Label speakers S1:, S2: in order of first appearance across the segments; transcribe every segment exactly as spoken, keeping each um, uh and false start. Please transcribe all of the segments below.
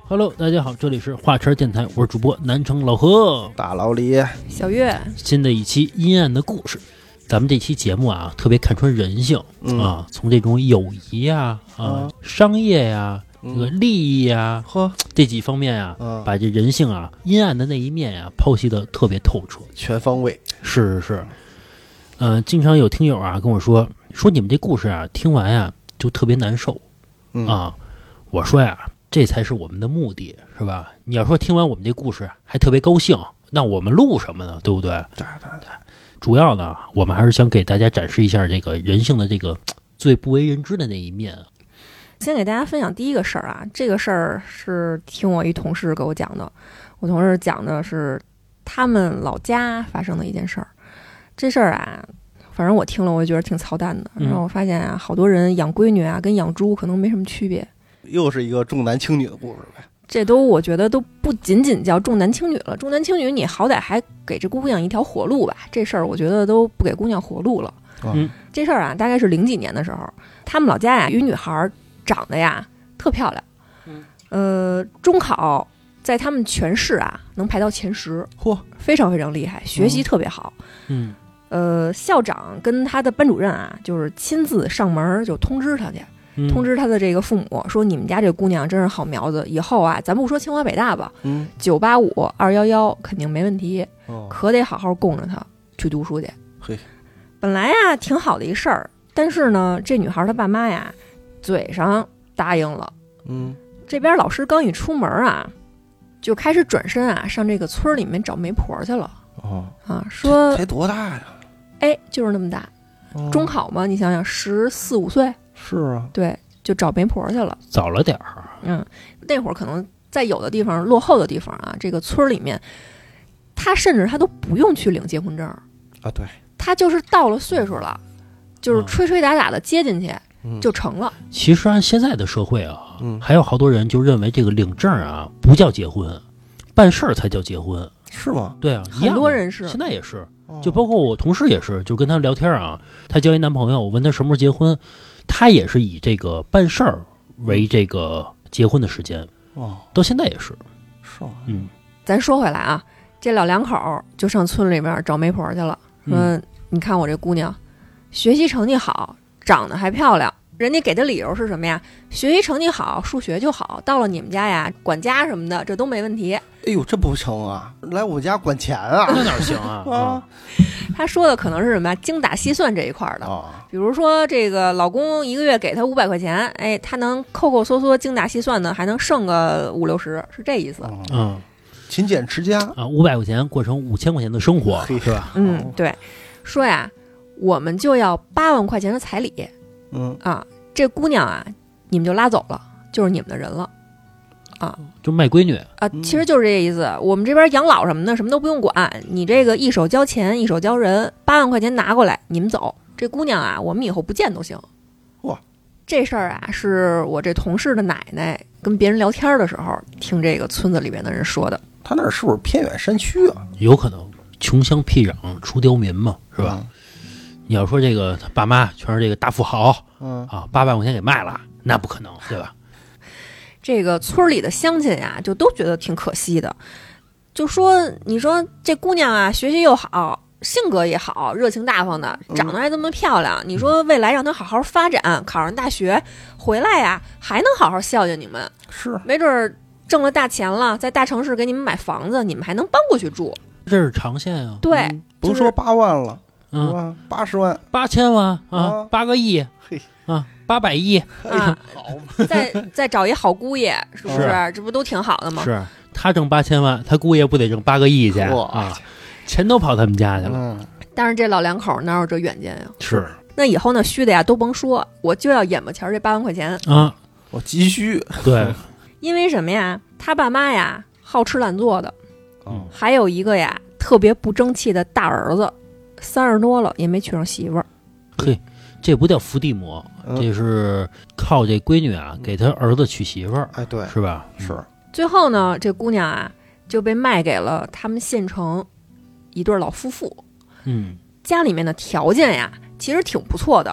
S1: Hello， 大家好，这里是华晨电台，我是主播南城老何，
S2: 大老李，
S3: 小月。
S1: 新的一期阴暗的故事。咱们这期节目啊，特别看穿人性、嗯、啊，从这种友谊呀、啊、啊、商业呀、这个利益呀，
S2: 呵、嗯，
S1: 这几方面啊、嗯，把这人性啊阴暗的那一面啊剖析的特别透彻，
S2: 全方位。
S1: 是是是，嗯、呃，经常有听友啊跟我说，说你们这故事啊听完啊就特别难受、嗯、啊，我说呀。这才是我们的目的，是吧？你要说听完我们这故事还特别高兴，那我们录什么呢？对不对？
S2: 对对对。
S1: 主要呢，我们还是想给大家展示一下这个人性的这个最不为人知的那一面。
S3: 先给大家分享第一个事儿啊，这个事儿是听我一同事给我讲的。我同事讲的是他们老家发生的一件事儿。这事儿啊，反正我听了我就觉得挺操蛋的。然后我发现啊，好多人养闺女啊，跟养猪可能没什么区别。
S2: 又是一个重男轻女的故事呗，
S3: 这都我觉得都不仅仅叫重男轻女了，重男轻女你好歹还给这姑娘一条活路吧，这事儿我觉得都不给姑娘活路了。
S1: 嗯，
S3: 这事儿啊，大概是零几年的时候，他们老家呀，有一女孩长得呀特漂亮，嗯，呃，中考在他们全市啊能排到前十，
S2: 嚯，
S3: 非常非常厉害，学习特别好，
S1: 嗯，
S3: 呃，校长跟他的班主任啊，就是亲自上门就通知他去。通知他的这个父母说，你们家这姑娘真是好苗子，以后啊咱不说清华北大吧，嗯，九八五二幺幺肯定没问题、哦、可得好好供着她去读书去。
S2: 嘿，
S3: 本来呀挺好的一事儿，但是呢这女孩她爸妈呀嘴上答应了，嗯，这边老师刚一出门啊就开始转身啊上这个村里面找媒婆去了。
S2: 哦
S3: 啊，说
S2: 才多大呀？
S3: 哎，就是那么大、哦、中考嘛，你想想十四五岁。
S2: 是啊，
S3: 对，就找媒婆去了，
S1: 早了点儿。
S3: 嗯，那会儿可能在有的地方落后的地方啊，这个村里面，他甚至他都不用去领结婚证
S2: 啊，对，
S3: 他就是到了岁数了，就是吹吹打打的接进去、嗯、就成了。
S1: 其实按现在的社会啊，嗯，还有好多人就认为这个领证啊不叫结婚，办事儿才叫结婚，
S2: 是吗？
S1: 对啊，
S3: 很多人是，
S1: 现在也是，就包括我同事也是，就跟他聊天啊，他交一男朋友，我问他什么时候结婚。他也是以这个办事儿为这个结婚的时间，哦，到现在也是，
S2: 是吗？
S1: 嗯，
S3: 咱说回来啊，这老两口就上村里面找媒婆去了，说、嗯、你看我这姑娘，学习成绩好，长得还漂亮，人家给的理由是什么呀？学习成绩好，数学就好，到了你们家呀，管家什么的这都没问题。
S2: 哎呦，这不成啊！来我家管钱啊，
S1: 那哪行啊？啊，
S3: 他说的可能是什么呀？精打细算这一块的、哦，比如说这个老公一个月给他五百块钱，哎，他能抠抠缩缩、精打细算的，还能剩个五六十，是这意思。
S1: 嗯，
S2: 勤俭持家
S1: 啊，五百块钱过成五千块钱的生活，是吧？
S3: 嗯，对。说呀，我们就要八万块钱的彩礼。嗯啊，这姑娘啊，你们就拉走了，就是你们的人了。啊，
S1: 就卖闺女
S3: 啊，其实就是这个意思、嗯。我们这边养老什么的，什么都不用管，你这个一手交钱，一手交人，八万块钱拿过来，你们走。这姑娘啊，我们以后不见都行。
S2: 哇，
S3: 这事儿啊，是我这同事的奶奶跟别人聊天的时候听这个村子里边的人说的。
S2: 他那是不是偏远山区啊？
S1: 有可能，穷乡僻壤出刁民嘛，是吧？嗯、你要说这个他爸妈全是这个大富豪，嗯啊，八万块钱给卖了，那不可能，对吧？
S3: 这个村里的乡亲呀，就都觉得挺可惜的，就说你说这姑娘啊，学习又好，性格也好，热情大方的，长得还这么漂亮，嗯、你说未来让她好好发展，考上大学回来呀，还能好好孝敬你们，
S2: 是
S3: 没准挣了大钱了，在大城市给你们买房子，你们还能搬过去住，
S1: 这是长线啊。
S3: 对，
S2: 嗯、甭说八万了，
S1: 嗯，
S2: 八十万、
S1: 八千万啊，八个亿，
S2: 嘿
S1: 啊。八百亿
S3: 啊！好，再再找一好姑爷，是不是？是这不都挺好的吗？
S1: 是他挣八千万，他姑爷不得挣八个亿去啊？钱都跑他们家去了。
S3: 嗯、但是这老两口哪有这远见呀？
S1: 是。
S3: 那以后呢，虚的呀都甭说，我就要眼巴前这八万块钱
S1: 啊！
S2: 我急需。
S1: 对，
S3: 因为什么呀？他爸妈呀好吃懒做的，嗯，还有一个呀特别不争气的大儿子，三十多了也没娶上媳妇儿。
S1: 嘿。这不叫伏地魔、嗯，这是靠这闺女啊给他儿子娶媳妇儿，
S2: 哎，对，
S1: 是吧？
S2: 是。
S3: 最后呢，这姑娘啊就被卖给了他们县城一对老夫妇。
S1: 嗯，
S3: 家里面的条件呀其实挺不错的，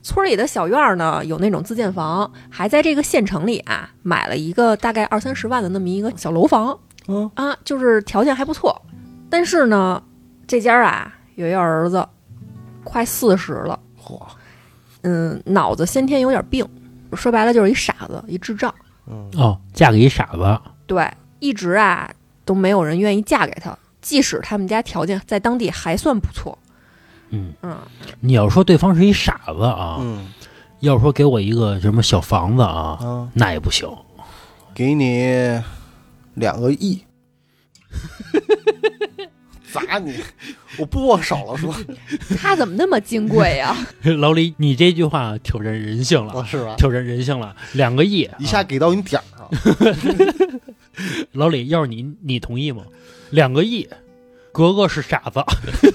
S3: 村里的小院儿呢有那种自建房，还在这个县城里啊买了一个大概二三十万的那么一个小楼房，
S2: 嗯
S3: 啊，就是条件还不错。但是呢，这家啊有一儿子，快四十了，
S2: 嚯，
S3: 嗯，脑子先天有点病，说白了就是一傻子，一智障。
S2: 嗯
S1: 哦，嫁给一傻子，
S3: 对，一直啊都没有人愿意嫁给他，即使他们家条件在当地还算不错。
S1: 嗯
S3: 嗯，
S1: 你要说对方是一傻子啊，
S2: 嗯
S1: 要说给我一个什么小房子啊，
S2: 啊，
S1: 那也不行。
S2: 给你两个亿，砸你！我不往少了说，
S3: 他怎么那么金贵呀、
S1: 老李，你这句话挑战人性了，
S2: 哦是吧？
S1: 挑战人性了，两个亿，
S2: 一下给到你点儿上，
S1: 老李，要是你，你同意吗？两个亿，格格是傻子，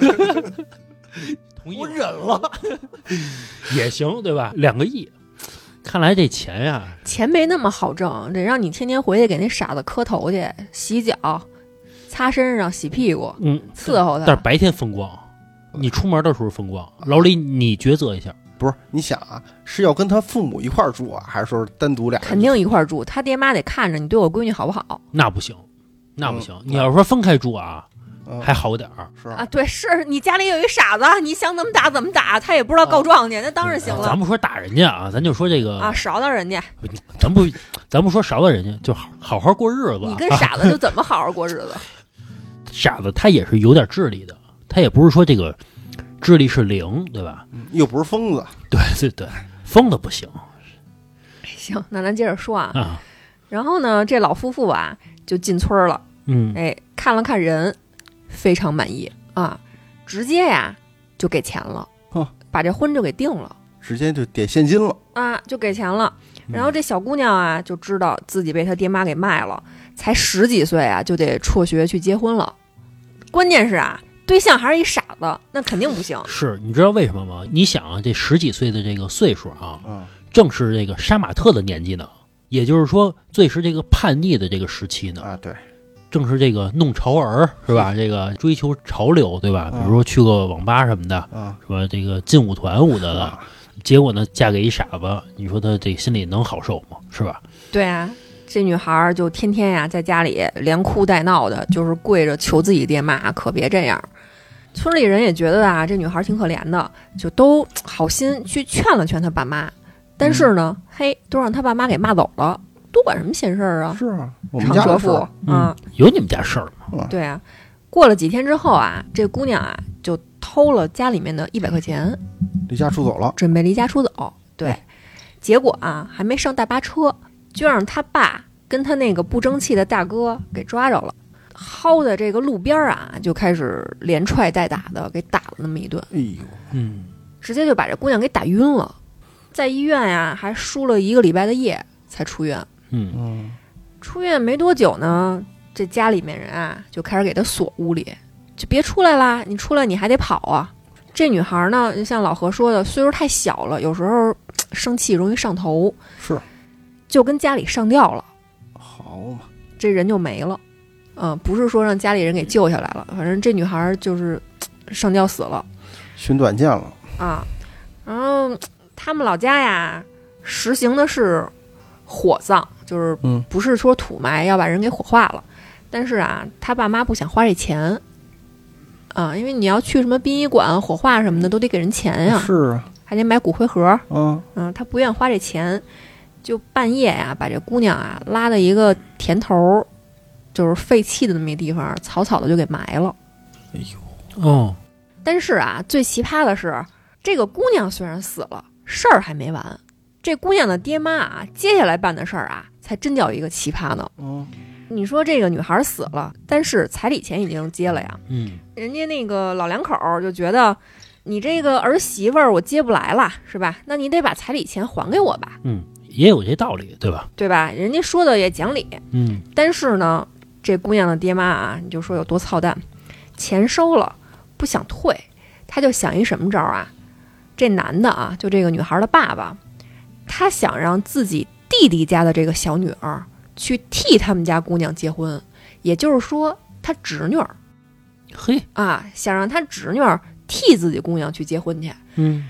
S1: 同意吗
S2: 我忍了。
S1: 也行，对吧？两个亿，看来这钱呀、
S3: 钱没那么好挣，得让你天天回去给那傻子磕头去、洗脚、擦身上、洗屁股、
S1: 嗯，
S3: 伺候他。
S1: 但是白天风光，你出门的时候风光。老李，你抉择一下。
S2: 不是，你想啊，是要跟他父母一块儿住啊，还是说单独俩人？
S3: 肯定一块儿住，他爹妈得看着你对我闺女好不好
S1: 那不行，那不行。
S2: 嗯
S1: 你要说分开住啊，
S2: 嗯
S1: 还好点儿。
S2: 是
S3: 啊？对，是你家里有一傻子，你想怎么打怎么打，他也不知道告状去，那当然行了
S1: 咱不说打人家啊，咱就说这个
S3: 啊，少到人家，
S1: 咱不，咱不说少了人家，就好好好过日子。
S3: 你跟傻子就怎么好好过日子？
S1: 傻子他也是有点智力的，他也不是说这个智力是零，对吧？
S2: 嗯又不是疯子，
S1: 对对对，疯的不行
S3: 行，那咱接着说啊。
S1: 啊。
S3: 然后呢，这老夫妇啊就进村了，
S1: 嗯，
S3: 哎，看了看人，非常满意啊，直接呀就给钱了，
S2: 哦
S3: 把这婚就给定了
S2: 直接就点现金了。
S3: 啊，就给钱了。
S2: 嗯
S3: 然后这小姑娘啊就知道自己被她爹妈给卖了，才十几岁啊就得辍学去结婚了。关键是啊，对象还是一傻子，那肯定不行。
S1: 是你知道为什么吗？你想啊，这十几岁的这个岁数啊，
S2: 嗯
S1: 正是这个杀马特的年纪呢，也就是说，最是这个叛逆的这个时期呢，
S2: 啊，对，
S1: 正是这个弄潮儿是吧？这个追求潮流对吧？比如说去个网吧什么的，
S2: 啊
S1: 是吧？这个劲舞团舞的了，
S2: 啊
S1: 结果呢，嫁给一傻子，你说他这心里能好受吗？是吧？
S3: 对啊，这女孩儿就天天呀在家里连哭带闹的，就是跪着求自己爹妈可别这样。村里人也觉得啊，这女孩儿挺可怜的，就都好心去劝了劝她爸妈，但是呢，
S2: 嗯
S3: 嘿，都让她爸妈给骂走了，多管什么闲事儿啊？
S2: 是啊，我们
S3: 长舌妇
S2: 家的事儿
S3: 啊，
S1: 有你们家事儿吗？
S3: 对啊。过了几天之后啊，这姑娘啊就偷了家里面的一百块钱，
S2: 离家出走了。
S3: 准备离家出走。对，结果啊还没上大巴车，就让他爸跟他那个不争气的大哥给抓着了，薅的这个路边啊就开始连踹带打的给打了那么一顿，
S2: 哎呦，
S1: 嗯，
S3: 直接就把这姑娘给打晕了，在医院呀还输了一个礼拜的液才出院。
S1: 嗯，
S2: 嗯
S3: 出院没多久呢，这家里面人啊就开始给他锁屋里，就别出来啦，你出来你还得跑啊。这女孩呢，就像老何说的，岁数太小了，有时候生气容易上头，
S2: 是
S3: 就跟家里上吊了，
S2: 好嘛，
S3: 这人就没了。嗯、不是说让家里人给救下来了，反正这女孩就是上吊死了
S2: 寻短见了。
S3: 啊。然后他们老家呀，实行的是火葬，就是
S2: 嗯
S3: 不是说土埋，要把人给火化了。但是啊，他爸妈不想花这钱啊，因为你要去什么殡仪馆、火化什么的，都得给人钱呀，
S2: 是啊，
S3: 还得买骨灰盒。
S2: 啊，
S3: 嗯，他不愿花这钱，就半夜呀、把这姑娘啊拉到一个田头，就是废弃的那么一地方，草草的就给埋了。
S2: 哎呦，
S1: 哦，
S3: 但是啊，最奇葩的是，这个姑娘虽然死了，事儿还没完。这姑娘的爹妈啊，接下来办的事儿啊，才真叫一个奇葩呢。
S2: 嗯
S3: 你说这个女孩死了，但是彩礼钱已经接了呀。
S1: 嗯，
S3: 人家那个老两口儿就觉得，你这个儿媳妇儿我接不来了，是吧？那你得把彩礼钱还给我吧，
S1: 嗯，也有这道理，对吧？
S3: 对吧？人家说的也讲理。
S1: 嗯，
S3: 但是呢，这姑娘的爹妈啊，你就说有多操蛋，钱收了不想退，他就想一什么招啊？这男的啊，就这个女孩的爸爸，他想让自己弟弟家的这个小女儿去替他们家姑娘结婚，也就是说，他侄女儿
S1: 嘿，
S3: 啊，想让他侄女儿替自己姑娘去结婚去。
S1: 嗯，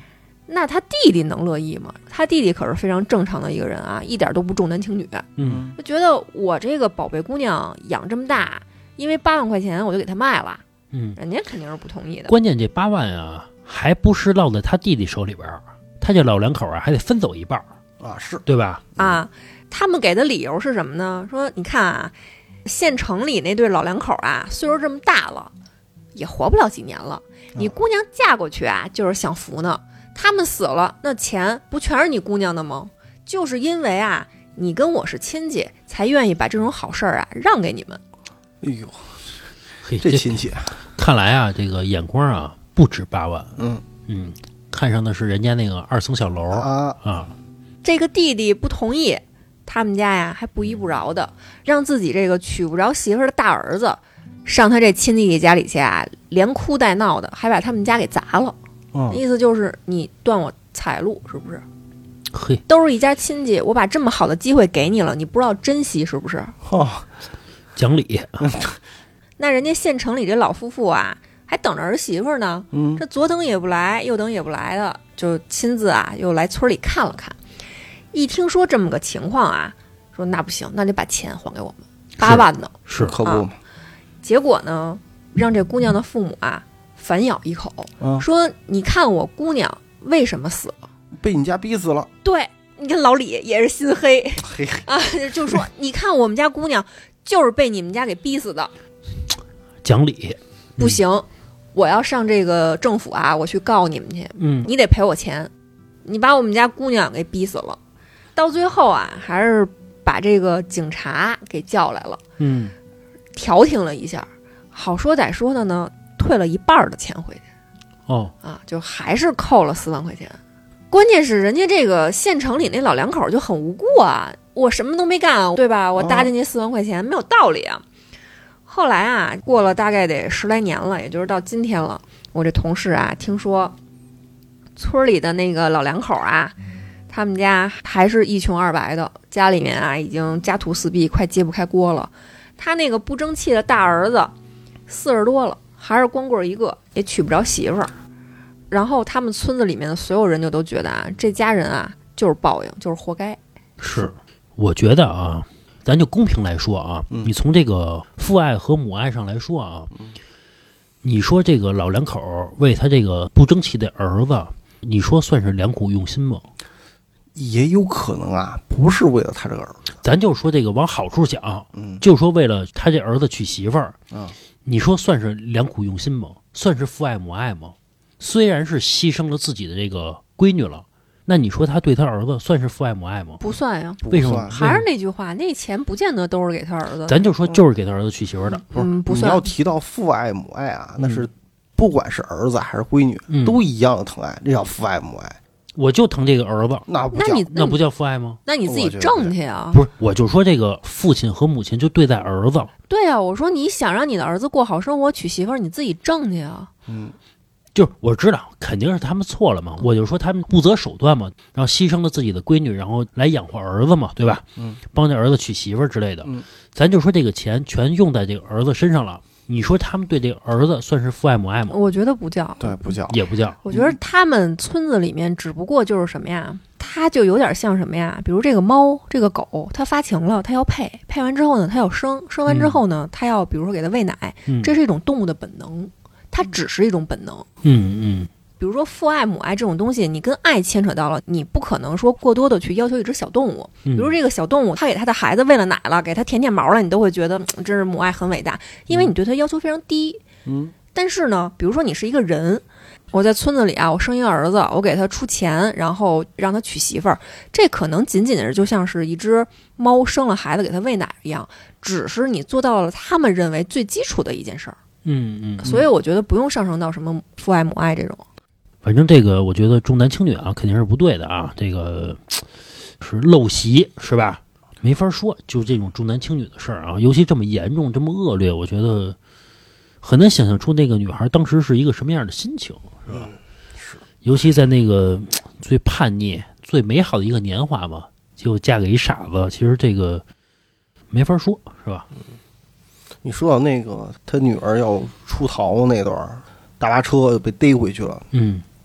S3: 那他弟弟能乐意吗？他弟弟可是非常正常的一个人啊，一点都不重男轻女。
S1: 嗯，
S3: 就觉得我这个宝贝姑娘养这么大，因为八万块钱我就给她卖了，
S1: 嗯，
S3: 人家肯定是不同意的。
S1: 关键这八万啊，还不是落在他弟弟手里边，他这老两口啊还得分走一半
S2: 啊，是
S1: 对吧？
S3: 啊，他们给的理由是什么呢？说你看啊，县城里那对老两口啊，岁数这么大了，也活不了几年了。你姑娘嫁过去啊，就是享福呢。他们死了，那钱不全是你姑娘的吗？就是因为啊，你跟我是亲戚，才愿意把这种好事儿啊让给你们。
S2: 哎呦，
S1: 嘿，
S2: 这亲戚，
S1: 看来啊，这个眼光啊不止八万，
S2: 嗯
S1: 嗯，看上的是人家那个二层小楼
S2: 啊
S1: 啊。
S3: 这个弟弟不同意，他们家呀还不依不饶的，让自己这个娶不着媳妇儿的大儿子上他这亲戚家里去啊，连哭带闹的，还把他们家给砸了。
S2: 嗯，
S3: 意思就是你断我财路，是不是？
S1: 嘿，
S3: 都是一家亲戚，我把这么好的机会给你了，你不知道珍惜，是不是？
S2: 哦，
S1: 讲理。
S3: 那人家县城里这老夫妇啊，还等着儿媳妇呢，
S2: 嗯，
S3: 这左等也不来，右等也不来的，就亲自啊又来村里看了看。一听说这么个情况啊，说那不行，那得把钱还给我们，八万呢，
S1: 是
S2: 可不嘛。
S3: 结果呢，让这姑娘的父母啊反咬一口，
S2: 嗯，
S3: 说你看我姑娘为什么死了？
S2: 被你家逼死了。
S3: 对，你看老李也是心黑
S2: 嘿，
S3: 啊，就说你看我们家姑娘就是被你们家给逼死的，
S1: 讲理。
S3: 不行，我要上这个政府啊，我去告你们去，
S1: 嗯，
S3: 你得赔我钱，你把我们家姑娘给逼死了。到最后啊，还是把这个警察给叫来了，
S1: 嗯，
S3: 调停了一下，好说歹说的呢，退了一半的钱回去。
S1: 哦，
S3: 啊，就还是扣了四万块钱。关键是人家这个县城里那老两口就很无辜啊，我什么都没干，对吧？我搭进去四万块钱、哦、没有道理啊。后来啊，过了大概得十来年了，也就是到今天了，我这同事啊，听说村里的那个老两口啊，他们家还是一穷二白的，家里面啊已经家徒四壁，快揭不开锅了。他那个不争气的大儿子四十多了，还是光棍一个，也娶不着媳妇儿。然后他们村子里面的所有人就都觉得啊，这家人啊就是报应，就是活该。
S1: 是，我觉得啊，咱就公平来说啊，
S2: 嗯、
S1: 你从这个父爱和母爱上来说啊，嗯、你说这个老两口为他这个不争气的儿子，你说算是良苦用心吗？
S2: 也有可能啊，不是为了他这个儿子。
S1: 咱就说这个往好处讲，
S2: 嗯，
S1: 就说为了他这儿子娶媳妇儿，
S2: 嗯，
S1: 你说算是良苦用心吗？算是父爱母爱吗？虽然是牺牲了自己的这个闺女了，那你说他对他儿子算是父爱母爱吗？
S3: 不算呀。
S1: 为什么？
S3: 还是那句话，那钱不见得都是给他儿子。
S1: 咱就说就是给他儿子娶媳妇的，
S3: 嗯，不算。
S2: 你要提到父爱母爱啊，那是不管是儿子还是闺女，
S1: 嗯、
S2: 都一样的疼爱，这叫父爱母爱。
S1: 我就疼这个儿子，
S2: 那不叫，
S3: 那你
S1: 那不叫父爱吗？
S3: 那你自己挣去呀。
S1: 不是，我就说这个父亲和母亲就对待儿子。
S3: 对啊，我说你想让你的儿子过好生活，娶媳妇儿，你自己挣去啊。
S2: 嗯。
S1: 就是我知道肯定是他们错了嘛，我就说他们不择手段嘛，然后牺牲了自己的闺女，然后来养活儿子嘛，对吧？
S2: 嗯，
S1: 帮这儿子娶媳妇儿之类的。
S2: 嗯，
S1: 咱就说这个钱全用在这个儿子身上了，你说他们对这个儿子算是父爱母爱吗？
S3: 我觉得不叫，
S2: 对，不叫，
S1: 也不叫。
S3: 我觉得他们村子里面只不过就是什么呀，他就有点像什么呀，比如这个猫、这个狗，它发情了，它要配，配完之后呢，它要生，生完之后呢，它要比如说给它喂奶，
S1: 嗯、
S3: 这是一种动物的本能，它只是一种本能。
S1: 嗯嗯。
S3: 比如说父爱母爱这种东西，你跟爱牵扯到了，你不可能说过多的去要求一只小动物。比如这个小动物，它给它的孩子喂了奶了，给它舔舔毛了，你都会觉得这是母爱很伟大，因为你对它要求非常低。
S2: 嗯。
S3: 但是呢，比如说你是一个人，我在村子里啊，我生一个儿子，我给他出钱，然后让他娶媳妇儿，这可能仅仅是就像是一只猫生了孩子给他喂奶一样，只是你做到了他们认为最基础的一件事儿。
S1: 嗯 嗯, 嗯。
S3: 所以我觉得不用上升到什么父爱母爱这种。
S1: 反正这个我觉得重男轻女啊肯定是不对的啊，这个是陋习是吧？没法说，就这种重男轻女的事儿啊，尤其这么严重这么恶劣，我觉得很难想象出那个女孩当时是一个什么样的心情，是吧？
S2: 嗯、是，
S1: 尤其在那个最叛逆最美好的一个年华嘛，就嫁给一傻子，其实这个没法说，是吧？
S2: 嗯、你说到那个他女儿要出逃那段大巴车被逮回去了，
S1: 嗯，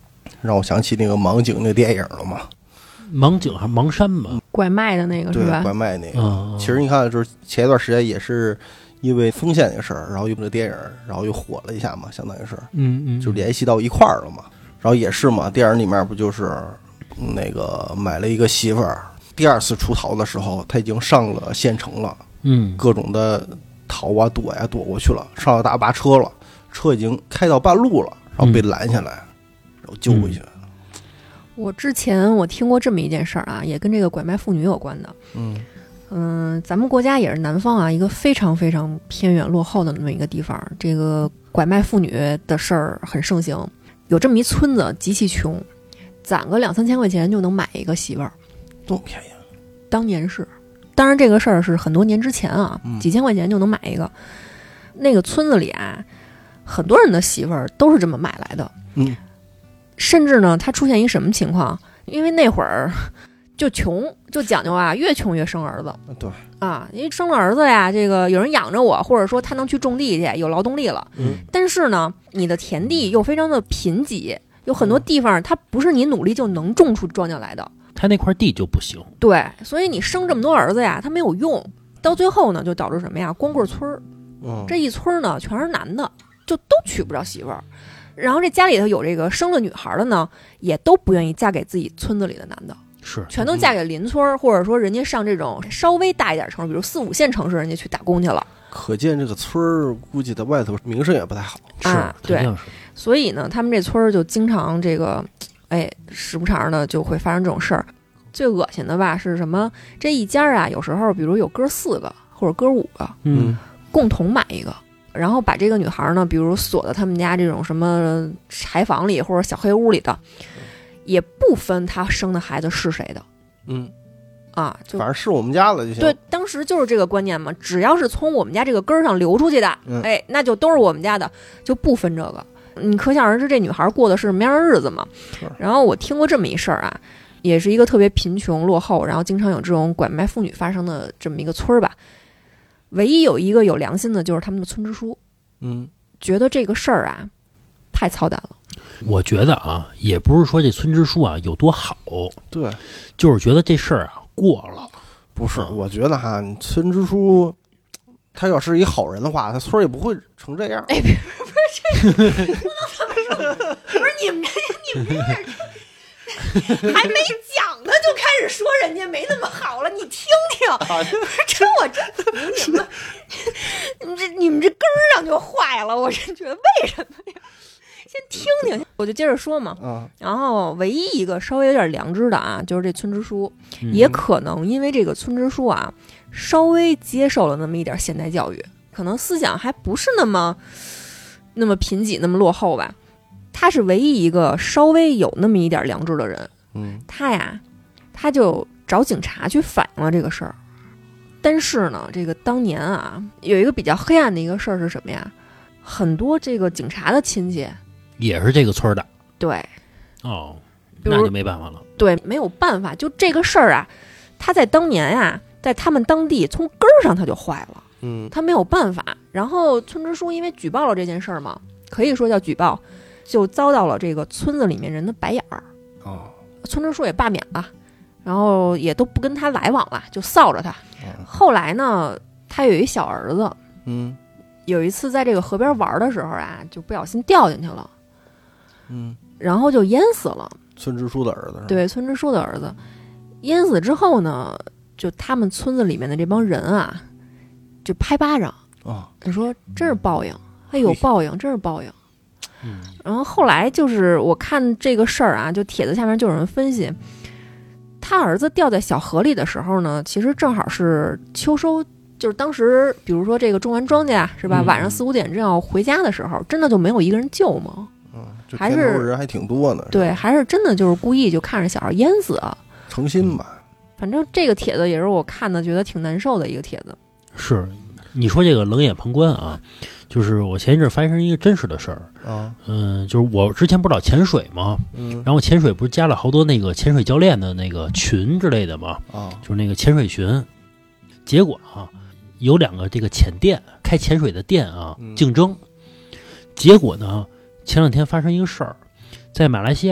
S2: 让我想起那个盲井那电影了嘛。
S1: 盲井还是盲山吧？
S3: 拐卖的那个是吧？
S2: 对，拐卖那个。
S1: 嗯、
S2: 其实你看，就是前一段时间也是因为丰县那个事儿，然后用这个电影，然后又火了一下嘛，相当于是，
S1: 嗯嗯，
S2: 就联系到一块儿了嘛。然后也是嘛，电影里面不就是那个买了一个媳妇儿，第二次出逃的时候，他已经上了县城了，
S1: 嗯，
S2: 各种的逃啊躲呀躲过去了，上了大巴车了，车已经开到半路了，然后被拦下来，然后救回去。
S3: 我之前我听过这么一件事儿啊，也跟这个拐卖妇女有关的。
S2: 嗯
S3: 嗯，咱们国家也是南方啊，一个非常非常偏远落后的那么一个地方，这个拐卖妇女的事儿很盛行。有这么一村子极其穷，攒个两三千块钱就能买一个媳妇儿，
S2: 这么便宜？
S3: 当年是，当然这个事儿是很多年之前啊，几千块钱就能买一个。那个村子里啊，很多人的媳妇儿都是这么买来的。
S2: 嗯。
S3: 甚至呢，他出现一什么情况？因为那会儿就穷，就讲究啊，越穷越生儿子。
S2: 对
S3: 啊，因为生了儿子呀，这个有人养着我，或者说他能去种地去，有劳动力了。
S2: 嗯。
S3: 但是呢，你的田地又非常的贫瘠，有很多地方它不是你努力就能种出庄稼来的。
S1: 他那块地就不行。
S3: 对，所以你生这么多儿子呀，他没有用。到最后呢，就导致什么呀？光棍村儿。
S2: 嗯。
S3: 这一村呢，全是男的，就都娶不着媳妇儿。然后这家里头有这个生了女孩的呢，也都不愿意嫁给自己村子里的男的，
S1: 是
S3: 全都嫁给邻村，或者说人家上这种稍微大一点城市，比如四五线城市，人家去打工去了。
S2: 可见这个村儿估计在外头名声也不太好。
S1: 是，
S3: 啊、对，
S1: 肯定是。
S3: 所以呢，他们这村儿就经常这个，哎，时不常的就会发生这种事儿。最恶心的吧是什么？这一家啊，有时候比如有哥四个或者哥五个，
S1: 嗯，
S3: 共同买一个。然后把这个女孩呢，比如锁到他们家这种什么柴房里或者小黑屋里的，也不分她生的孩子是谁的，
S2: 嗯，
S3: 啊，就
S2: 反正是我们家的就行。
S3: 对，当时就是这个观念嘛，只要是从我们家这个根儿上流出去的，
S2: 嗯、
S3: 哎，那就都是我们家的，就不分这个。你可想而知，这女孩过的是什么样的日子嘛？然后我听过这么一事儿啊，也是一个特别贫穷落后，然后经常有这种拐卖妇女发生的这么一个村儿吧。唯一有一个有良心的，就是他们的村支书，
S2: 嗯，
S3: 觉得这个事儿啊太操蛋了。
S1: 我觉得啊，也不是说这村支书啊有多好，
S2: 对，
S1: 就是觉得这事儿啊过了。
S2: 不是，我觉得哈，村支书他要是一好人的话，他村也不会成这样。
S3: 哎，不是不是，这不能这么说，不是你们这你们这还没讲呢，就开始说人家没那么好了，你听听，不是这我真服你们，你们这你们这根儿上就坏了，我真觉得为什么呀？先听听，我就接着说嘛。
S2: 嗯，
S3: 然后唯一一个稍微有点良知的啊，就是这村支书，
S1: 嗯、
S3: 也可能因为这个村支书啊，稍微接受了那么一点现代教育，可能思想还不是那么那么贫瘠，那么落后吧。他是唯一一个稍微有那么一点良知的人。
S2: 嗯，
S3: 他呀，他就找警察去反映了这个事儿。但是呢，这个当年啊，有一个比较黑暗的一个事儿是什么呀？很多这个警察的亲戚
S1: 也是这个村的。
S3: 对，
S1: 哦，那就没办法了。
S3: 对，没有办法，就这个事儿啊，他在当年呀、啊，在他们当地从根儿上他就坏了。
S2: 嗯，
S3: 他没有办法。然后村支书因为举报了这件事儿嘛，可以说叫举报，就遭到了这个村子里面人的白眼儿。
S2: 哦，
S3: 村支书也罢免了，然后也都不跟他来往了，就臊着他。嗯、后来呢，他有一小儿子，
S2: 嗯，
S3: 有一次在这个河边玩的时候啊，就不小心掉进去了，
S2: 嗯，
S3: 然后就淹死了。
S2: 村支书的儿子是吧？
S3: 对，村支书的儿子淹死之后呢，就他们村子里面的这帮人啊，就拍巴掌
S2: 啊，
S3: 你说真是报应，哎呦，报应，真是报应。
S1: 嗯，
S3: 然后后来就是我看这个事儿啊，就帖子下面就有人分析，他儿子掉在小河里的时候呢，其实正好是秋收，就是当时比如说这个种完庄稼是吧，
S1: 嗯、
S3: 晚上四五点正要回家的时候，真的就没有一个人救吗？
S2: 嗯，
S3: 还是
S2: 人还挺多呢。
S3: 对，还是真的就是故意就看着小孩淹死啊，
S2: 诚心吧。
S3: 反正这个帖子也是我看的觉得挺难受的一个帖子。
S1: 是，你说这个冷眼旁观啊，就是我前一阵发生一个真实的事儿
S2: 啊，
S1: 嗯，就是我之前不知道潜水吗？
S2: 嗯，
S1: 然后潜水不是加了好多那个潜水教练的那个群之类的吗？
S2: 啊，
S1: 就是那个潜水群，结果啊，有两个这个潜店开潜水的店啊竞争，结果呢，前两天发生一个事儿，在马来西亚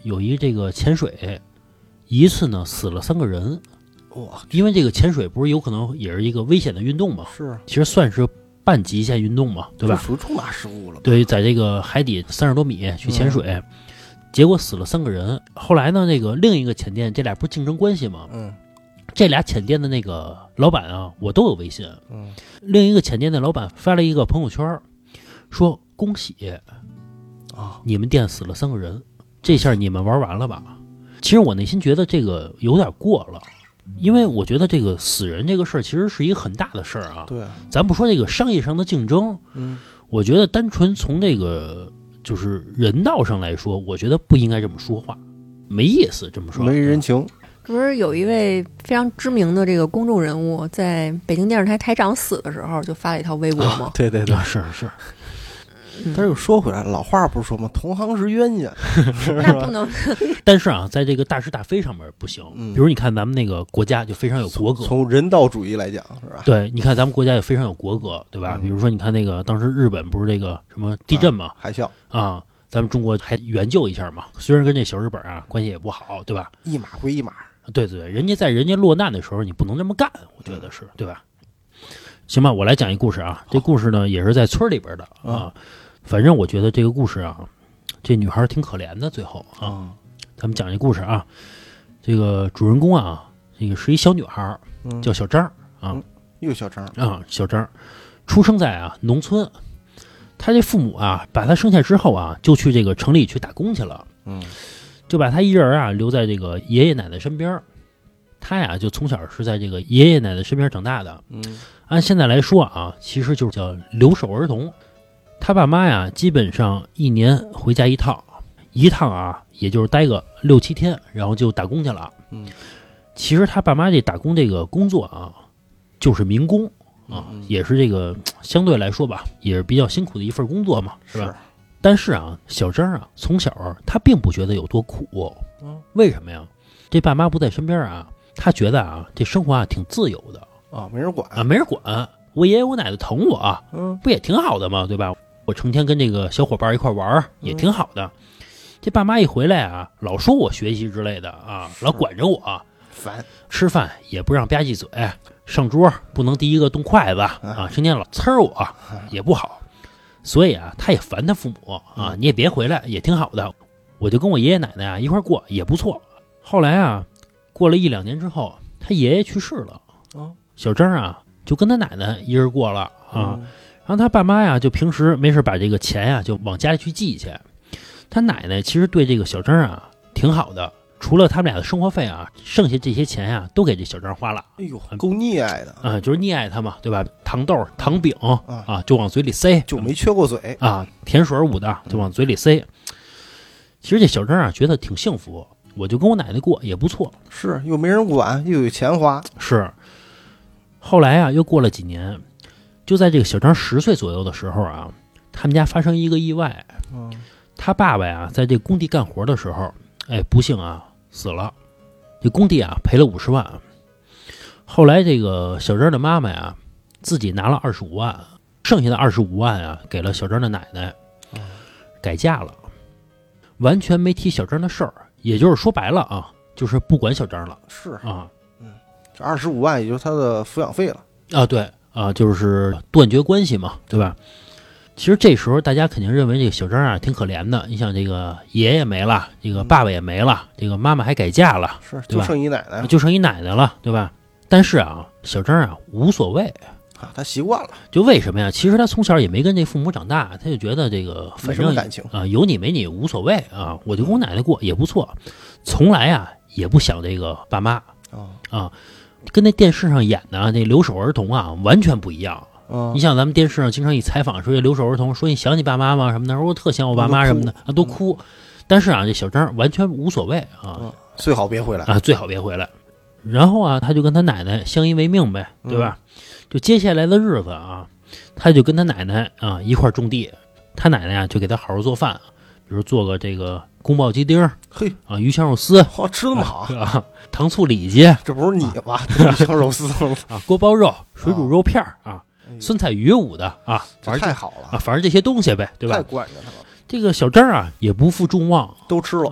S1: 有一这个潜水，一次呢死了三个人。
S2: 哇，
S1: 因为这个潜水不是有可能也是一个危险的运动嘛？
S2: 是，
S1: 其实算是半极限运动嘛，对吧？
S2: 属于重大事故了。
S1: 对，在这个海底三十多米去潜水，嗯、结果死了三个人。后来呢，那个另一个潜店，这俩不是竞争关系吗？
S2: 嗯，
S1: 这俩潜店的那个老板啊，我都有微信。
S2: 嗯，
S1: 另一个潜店的老板发了一个朋友圈，说恭喜
S2: 啊，
S1: 你们店死了三个人，这下你们玩完了吧？其实我内心觉得这个有点过了。因为我觉得这个死人这个事儿其实是一个很大的事儿啊。
S2: 对，
S1: 咱不说这个商业上的竞争，
S2: 嗯，
S1: 我觉得单纯从这个就是人道上来说，我觉得不应该这么说话，没意思这么说，
S2: 没人情。
S3: 这不是有一位非常知名的这个公众人物，在北京电视台台长死的时候就发了一条微博吗？
S2: 啊、对对对，
S1: 啊、是是。
S2: 但是又说回来，老话不是说吗？同行是冤家，
S3: 那不能。
S1: 但是啊，在这个大是大非上面不行。
S2: 嗯、
S1: 比如你看咱们那个国家就非常有国格，
S2: 从人道主义来讲，是吧？
S1: 对，你看咱们国家也非常有国格，对吧？嗯、比如说你看那个当时日本不是这个什么地震嘛，
S2: 啊、海啸
S1: 啊，咱们中国还援救一下嘛。虽然跟这小日本啊关系也不好，对吧？
S2: 一码归一码。
S1: 对对对，人家在人家落难的时候，你不能这么干，我觉得是对吧？行吧，我来讲一故事啊。这故事呢也是在村里边的啊。反正我觉得这个故事啊，这女孩挺可怜的。最后啊，
S2: 嗯、
S1: 咱们讲这故事啊，这个主人公啊，这个是一小女孩，
S2: 嗯、
S1: 叫小张啊、
S2: 嗯，又小张
S1: 啊，小张，出生在啊农村。她这父母啊，把她生下之后啊，就去这个城里去打工去了，
S2: 嗯，
S1: 就把她一人啊留在这个爷爷奶奶身边。她呀，就从小是在这个爷爷奶奶身边长大的，
S2: 嗯，
S1: 按现在来说啊，其实就是叫留守儿童。他爸妈呀，基本上一年回家一趟，一趟啊，也就是待个六七天，然后就打工去了。
S2: 嗯，
S1: 其实他爸妈这打工这个工作啊，就是民工啊，
S2: 嗯、
S1: 也是这个相对来说吧，也是比较辛苦的一份工作嘛，是吧？
S2: 是。
S1: 但是啊，小张啊，从小他并不觉得有多苦。
S2: 嗯，
S1: 为什么呀？这爸妈不在身边啊，他觉得啊，这生活啊挺自由的
S2: 啊，没人管
S1: 啊，没人管。我爷爷我奶奶疼我啊，
S2: 嗯，
S1: 不也挺好的吗？对吧？我成天跟这个小伙伴一块玩也挺好的。嗯、这爸妈一回来啊，老说我学习之类的啊，老管着我，
S2: 烦。
S1: 吃饭也不让吧唧嘴，上桌不能第一个动筷子啊，成天老呲我，也不好。所以啊，他也烦他父母啊，你也别回来，也挺好的。我就跟我爷爷奶奶啊一块过，也不错。后来啊，过了一两年之后，他爷爷去世了，小张啊就跟他奶奶一人过了啊。
S2: 嗯，
S1: 然后他爸妈呀，就平时没事把这个钱呀就往家里去寄去。他奶奶其实对这个小张啊挺好的，除了他们俩的生活费啊，剩下这些钱呀都给这小张花了。
S2: 哎呦，够溺爱的
S1: 啊，就是溺爱他嘛，对吧？糖豆、糖饼啊，就往嘴里塞，
S2: 就没缺过嘴
S1: 啊，甜水捂的就往嘴里塞。其实这小张啊觉得挺幸福，我就跟我奶奶过也不错，
S2: 是又没人管，又有钱花。
S1: 是。后来啊，又过了几年。就在这个小张十岁左右的时候啊，他们家发生一个意外。
S2: 嗯，
S1: 他爸爸呀，在这工地干活的时候，哎，不幸啊死了。这工地啊赔了五十万。后来这个小张的妈妈呀，自己拿了二十五万，剩下的二十五万啊，给了小张的奶奶，改嫁了，完全没提小张的事儿。也就是说白了啊，就是不管小张了。
S2: 是
S1: 啊，
S2: 嗯，这二十五万也就是他的抚养费了
S1: 啊，对。啊，就是断绝关系嘛，对吧？其实这时候大家肯定认为这个小张啊挺可怜的。你想，这个爷爷没了，这个爸爸也没了，这个妈妈还改嫁了，
S2: 是就剩一奶奶，
S1: 就剩一奶奶了，对吧？但是啊，小张啊无所谓
S2: 啊，他习惯了。
S1: 就为什么呀？其实他从小也没跟这父母长大，他就觉得这个反正
S2: 感情
S1: 啊，有你没你无所谓啊，我就跟我奶奶过也不错，从来啊也不想这个爸妈
S2: 啊
S1: 啊。跟那电视上演的那留守儿童啊完全不一样。
S2: 嗯，
S1: 你想咱们电视上经常一采访说这留守儿童，说你想你爸妈吗什么的，说我特想我爸妈什么的啊，都哭。但是啊，这小张完全无所谓啊，
S2: 嗯，最好别回来
S1: 啊，最好别回来。然后啊，他就跟他奶奶相依为命呗，对吧？
S2: 嗯、
S1: 就接下来的日子啊，他就跟他奶奶啊一块种地，他奶奶啊就给他好好做饭，比如做个这个宫保鸡丁，
S2: 嘿
S1: 啊，鱼香肉丝，
S2: 好吃那么好
S1: 啊，糖醋里脊，
S2: 这不是你吧？鱼香肉丝
S1: 啊，锅包肉、水煮肉片啊，酸菜鱼捂的啊，反正
S2: 太好了
S1: 啊，反正这些东西呗，对吧？
S2: 太惯着他了。
S1: 这个小张啊，也不负众望，
S2: 都吃了
S1: 啊。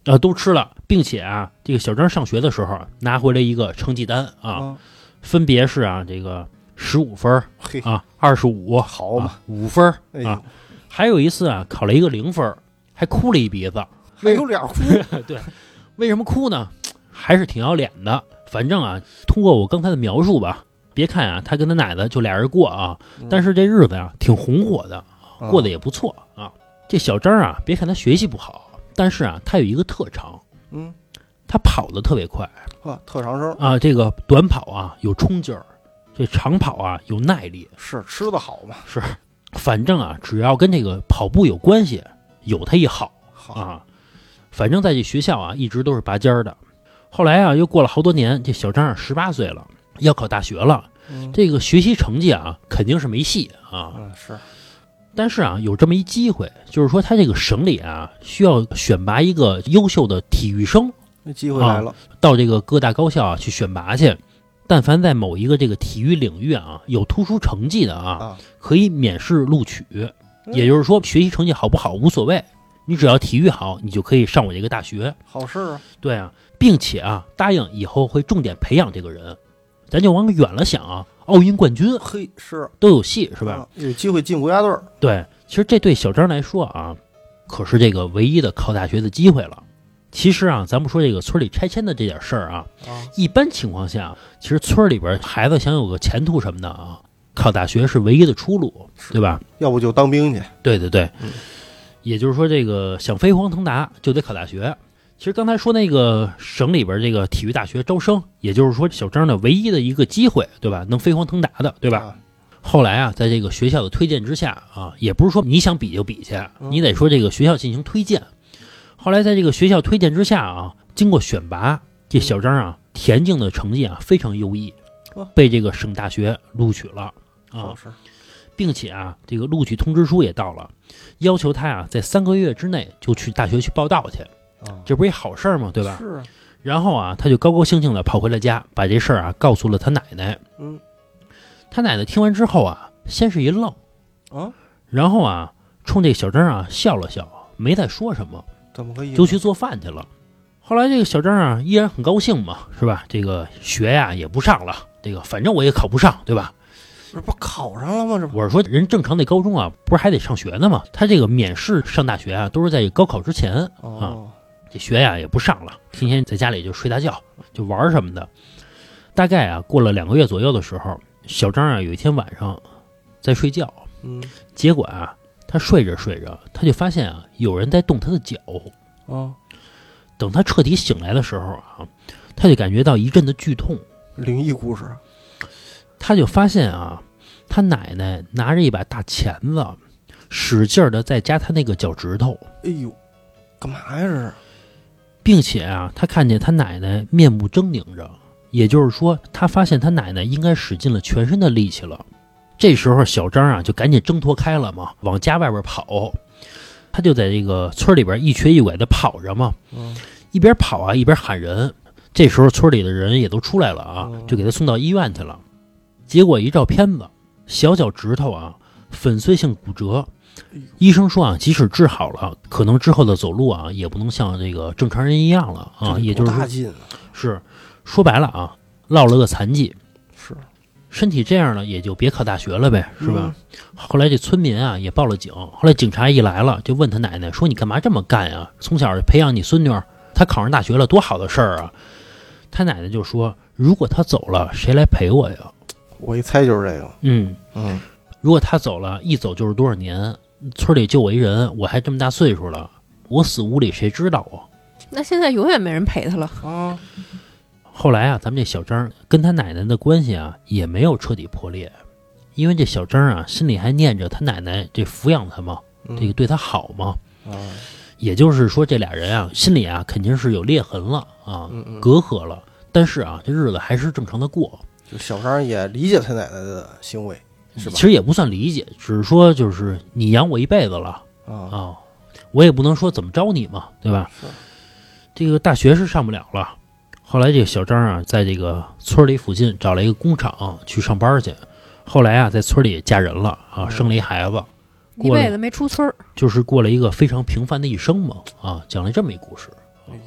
S1: 啊，都吃了，并且啊，这个小张上学的时候拿回来一个成绩单啊，
S2: 嗯、
S1: 分别是啊，这个十五分啊，二十五，
S2: 好嘛，
S1: 五、啊、分啊、
S2: 哎，
S1: 还有一次啊，考了一个零分，还哭了一鼻子，
S2: 还有脸哭？
S1: 对，为什么哭呢？还是挺要脸的。反正啊，通过我刚才的描述吧，别看啊，他跟他奶奶就俩人过啊，
S2: 嗯、
S1: 但是这日子呀、啊、挺红火的，过得也不错啊。这小张啊，别看他学习不好，但是啊，他有一个特长，
S2: 嗯，
S1: 他跑得特别快，
S2: 啊，特长生
S1: 啊，这个短跑啊有冲劲儿，这长跑啊有耐力，
S2: 是吃得好嘛？
S1: 是，反正啊，只要跟这个跑步有关系，有他一好啊。反正在这学校啊，一直都是拔尖的。后来啊，又过了好多年，这小张啊十八岁了，要考大学了，
S2: 嗯、
S1: 这个学习成绩啊肯定是没戏啊。
S2: 嗯，是。
S1: 但是啊，有这么一机会，就是说他这个省里啊需要选拔一个优秀的体育生，
S2: 那机会来了、
S1: 啊，到这个各大高校啊去选拔去。但凡在某一个这个体育领域啊有突出成绩的啊，
S2: 啊
S1: 可以免试录取。
S2: 嗯、
S1: 也就是说，学习成绩好不好无所谓，你只要体育好，你就可以上我这个大学。
S2: 好事啊！
S1: 对啊，并且啊，答应以后会重点培养这个人。咱就往远了想啊，奥运冠军，
S2: 嘿，是
S1: 都有戏，是吧？
S2: 啊、有机会进国家队。
S1: 对，其实这对小张来说啊，可是这个唯一的考大学的机会了。其实啊，咱们说这个村里拆迁的这点事儿啊，
S2: 啊，
S1: 一般情况下，其实村里边孩子想有个前途什么的啊，考大学是唯一的出路，对吧？
S2: 要不就当兵去。
S1: 对对对，
S2: 嗯、
S1: 也就是说，这个想飞黄腾达就得考大学。其实刚才说那个省里边这个体育大学招生，也就是说小张的唯一的一个机会，对吧？能飞黄腾达的，对吧？
S2: 啊、
S1: 后来啊，在这个学校的推荐之下啊，也不是说你想比就比去，你得说这个学校进行推荐。后来在这个学校推荐之下啊，经过选拔，这小张啊田径的成绩啊非常优异，被这个省大学录取了啊，并且啊这个录取通知书也到了，要求他啊在三个月之内就去大学去报到去。这不是一好事吗？对吧？
S2: 是。
S1: 然后啊，他就高高兴兴的跑回了家，把这事儿啊告诉了他奶奶。
S2: 嗯。
S1: 他奶奶听完之后啊，先是一愣，
S2: 啊，
S1: 然后啊，冲这小张啊笑了笑，没再说什么，
S2: 怎么个意思？
S1: 就去做饭去了。后来这个小张啊，依然很高兴嘛，是吧？这个学呀也不上了，这个反正我也考不上，对吧？
S2: 这不考上了吗？这
S1: 我是说，人正常那高中啊，不是还得上学呢吗？他这个免试上大学啊，都是在高考之前、
S2: 哦、
S1: 啊。这学呀也不上了，天天在家里就睡大觉，就玩什么的。大概啊过了两个月左右的时候，小张啊有一天晚上在睡觉，
S2: 嗯，
S1: 结果啊他睡着睡着，他就发现啊有人在动他的脚。
S2: 哦，
S1: 等他彻底醒来的时候啊，他就感觉到一阵的剧痛。
S2: 灵异故事。
S1: 他就发现啊，他奶奶拿着一把大钳子，使劲的在夹他那个脚趾头。
S2: 哎呦，干嘛呀这是？
S1: 并且啊，他看见他奶奶面目狰狞着，也就是说，他发现他奶奶应该使尽了全身的力气了。这时候，小张啊就赶紧挣脱开了嘛，往家外边跑。他就在这个村里边一瘸一拐的跑着嘛，
S2: 嗯、
S1: 一边跑啊一边喊人。这时候，村里的人也都出来了啊，就给他送到医院去了。结果一照片子，小脚趾头啊粉碎性骨折。医生说啊，即使治好了，可能之后的走路啊，也不能像这个正常人一样了啊。也就是说，是说白了啊，落了个残疾。
S2: 是，
S1: 身体这样了，也就别考大学了呗，是吧？
S2: 嗯、
S1: 后来这村民啊也报了警，后来警察一来了，就问他奶奶说：“你干嘛这么干呀？从小培养你孙女，她考上大学了，多好的事儿啊！”他奶奶就说：“如果她走了，谁来陪我呀？”
S2: 我一猜就是这个。
S1: 嗯
S2: 嗯，
S1: 如果她走了，一走就是多少年？村里就我一人，我还这么大岁数了，我死屋里谁知道啊？
S3: 那现在永远没人陪他了
S2: 啊！
S1: 后来啊，咱们这小张跟他奶奶的关系啊也没有彻底破裂，因为这小张啊心里还念着他奶奶这抚养他嘛，
S2: 嗯、
S1: 这个对他好嘛。
S2: 啊，
S1: 也就是说这俩人啊心里啊肯定是有裂痕了啊，
S2: 嗯嗯
S1: 隔阂了，但是啊这日子还是正常的过。
S2: 就小张也理解他奶奶的行为。是吧？
S1: 其实也不算理解，只是说就是你养我一辈子了啊、哦，我也不能说怎么着你嘛，对吧？
S2: 是。
S1: 这个大学是上不了了，后来这个小张啊，在这个村里附近找了一个工厂去上班去，后来啊，在村里嫁人了啊，生了一孩子，
S3: 一辈子没出村，
S1: 就是过了一个非常平凡的一生嘛啊，讲了这么一故事。
S2: 哎呦，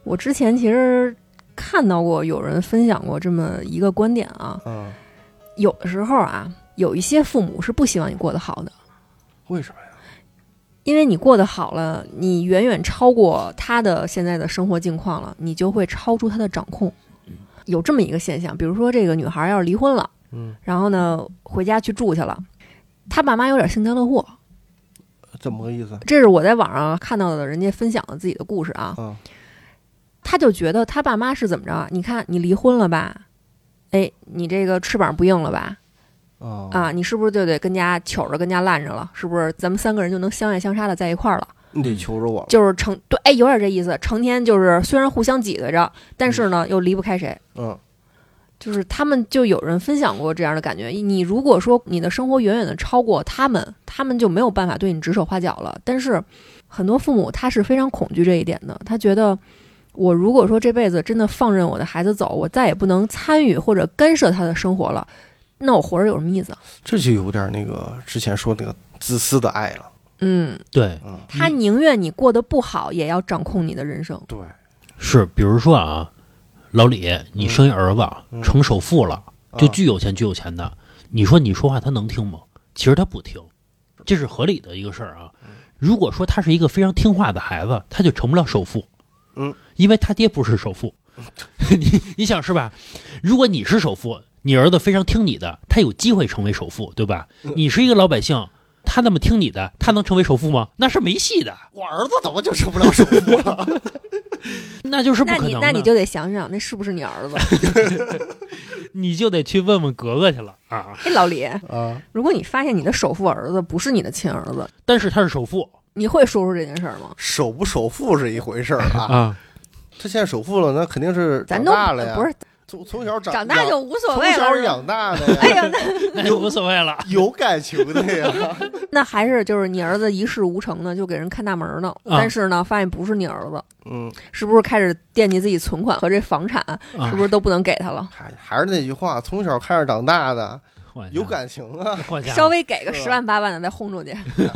S3: 我之前其实看到过有人分享过这么一个观点啊，
S2: 嗯，
S3: 有的时候啊，有一些父母是不希望你过得好的，
S2: 为什么呀？
S3: 因为你过得好了，你远远超过他的现在的生活境况了，你就会超出他的掌控。有这么一个现象，比如说这个女孩要是离婚了，
S2: 嗯，
S3: 然后呢回家去住去了，她爸妈有点幸灾乐祸。
S2: 怎么个意思？
S3: 这是我在网上看到的，人家分享的自己的故事啊。
S2: 嗯，
S3: 他就觉得他爸妈是怎么着？你看你离婚了吧？哎，你这个翅膀不硬了吧？
S2: 哦，
S3: 啊，你是不是就得跟家糗着跟家烂着了？是不是咱们三个人就能相爱相杀的在一块儿了？
S2: 你得求着我了。
S3: 就是成对，哎，有点这意思。成天就是虽然互相挤兑着，但是呢又离不开谁。
S2: 嗯，
S3: 就是他们就有人分享过这样的感觉。你如果说你的生活远远的超过他们，他们就没有办法对你指手画脚了。但是很多父母他是非常恐惧这一点的，他觉得我如果说这辈子真的放任我的孩子走，我再也不能参与或者干涉他的生活了，那我活着有什么意思？
S2: 这就有点那个之前说那个自私的爱了。
S3: 嗯，
S1: 对，
S2: 嗯，
S3: 他宁愿你过得不好，也要掌控你的人生。
S2: 对，
S1: 是，比如说啊，老李，你生一儿子、
S2: 嗯、
S1: 成首富了，就巨有钱巨有钱的，啊、你说你说话他能听吗？其实他不听，这是合理的一个事儿啊。如果说他是一个非常听话的孩子，他就成不了首富。
S2: 嗯，
S1: 因为他爹不是首富。你你想是吧？如果你是首富，你儿子非常听你的，他有机会成为首富，对吧？你是一个老百姓，他那么听你的，他能成为首富吗？那是没戏的。
S2: 我儿子怎么就成不了首富了？
S1: 那就是不可能的。
S3: 那你那你就得想想，那是不是你儿子？
S1: 你就得去问问格格去了啊！
S3: 哎，老李
S2: 啊，
S3: 如果你发现你的首富儿子不是你的亲儿子，
S1: 但是他是首富，
S3: 你会说出这件事儿吗？
S2: 首不首富是一回事儿啊。
S1: 啊，
S2: 他现在首富了，那肯定是长大了呀。
S3: 不是
S2: 从从小长
S3: 长大就无所谓了，
S2: 从小养大的呀。
S3: 哎呀，
S1: 那就无所谓了，
S2: 有感情的呀。
S3: 那还是就是你儿子一事无成呢，就给人看大门呢。
S1: 啊、
S3: 但是呢，发现不是你儿子，
S2: 嗯，
S3: 是不是开始惦记自己存款和这房产，啊、是不是都不能给他了？
S2: 还还是那句话，从小看着长大的，有感情啊。
S3: 稍微给个十万八万的再轰出去。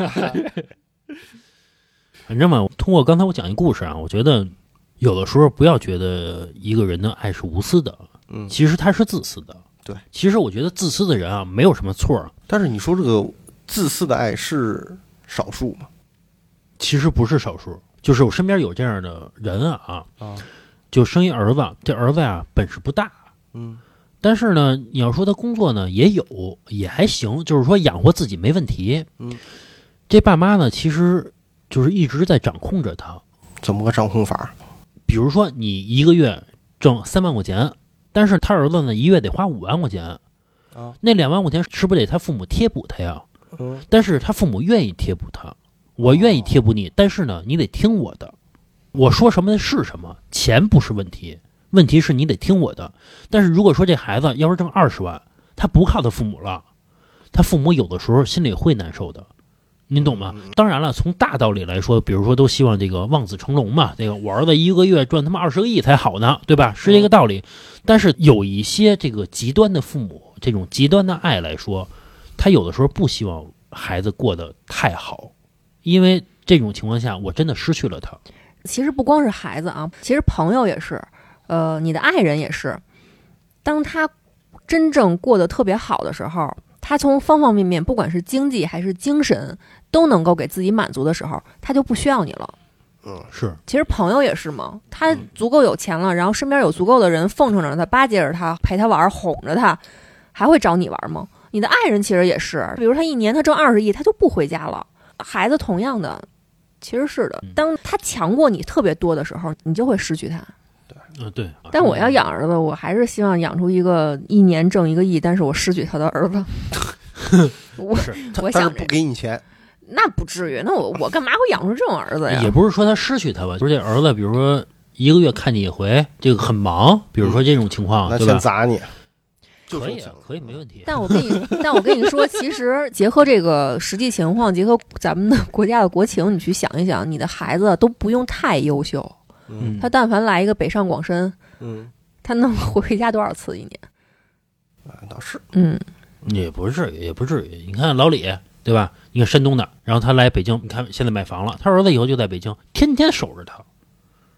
S1: 反正嘛，通过刚才我讲一故事啊，我觉得有的时候不要觉得一个人的爱是无私的，
S2: 嗯，
S1: 其实他是自私的。
S2: 对，
S1: 其实我觉得自私的人啊，没有什么错。
S2: 但是你说这个自私的爱是少数吗？
S1: 其实不是少数，就是我身边有这样的人啊，
S2: 啊，
S1: 就生一儿子，这儿子呀本事不大，
S2: 嗯，
S1: 但是呢，你要说他工作呢也有，也还行，就是说养活自己没问题。
S2: 嗯，
S1: 这爸妈呢，其实就是一直在掌控着他。
S2: 怎么个掌控法？
S1: 比如说你一个月挣三万块钱，但是他儿子呢一月得花五万块钱，
S2: 啊，
S1: 那两万块钱是不是得他父母贴补他呀？
S2: 嗯，
S1: 但是他父母愿意贴补他，我愿意贴补你，但是呢，你得听我的，我说什么是什么，钱不是问题，问题是你得听我的。但是如果说这孩子要是挣二十万，他不靠他父母了，他父母有的时候心里会难受的。您懂吗？当然了，从大道理来说，比如说都希望这个望子成龙嘛，这个我儿子一个月赚他妈二十个亿才好呢，对吧？是这个道理。但是有一些这个极端的父母，这种极端的爱来说，他有的时候不希望孩子过得太好，因为这种情况下，我真的失去了他。
S3: 其实不光是孩子啊，其实朋友也是，呃，你的爱人也是。当他真正过得特别好的时候，他从方方面面，不管是经济还是精神，都能够给自己满足的时候，他就不需要你了。
S2: 嗯，
S1: 是。
S3: 其实朋友也是嘛，他足够有钱了，然后身边有足够的人奉承着他、巴结着他、陪他玩、哄着他，还会找你玩吗？你的爱人其实也是，比如他一年他挣二十亿，他就不回家了。孩子同样的，其实是的，当他强过你特别多的时候，你就会失去他。
S1: 对，嗯，对。
S3: 但我要养儿子，我还是希望养出一个一年挣一个亿，但是我失去他的儿子。我我想
S2: 不给你钱，
S3: 那不至于。那我我干嘛会养出这种儿子呀？
S1: 也不是说他失去他吧，就是这儿子，比如说一个月看你一回，这个很忙，比如说这种情况，
S2: 那
S1: 对吧？
S2: 先砸你，
S1: 可以啊，可以，没问题。
S3: 但我跟你，但我跟你说，其实结合这个实际情况，结合咱们的国家的国情，你去想一想，你的孩子都不用太优秀。
S1: 嗯，
S3: 他但凡来一个北上广深，
S2: 嗯，
S3: 他能回家多少次一年？
S2: 啊，倒是，
S3: 嗯，
S1: 也不至于，也不至于。你看老李，对吧？你看山东的，然后他来北京，你看现在买房了，他儿子以后就在北京，天天守着他，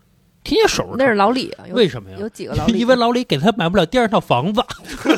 S1: 天天守着他。
S3: 那是老李，有
S1: 为什么呀？
S3: 有几个老李？
S1: 因为老李给他买不了第二套房子，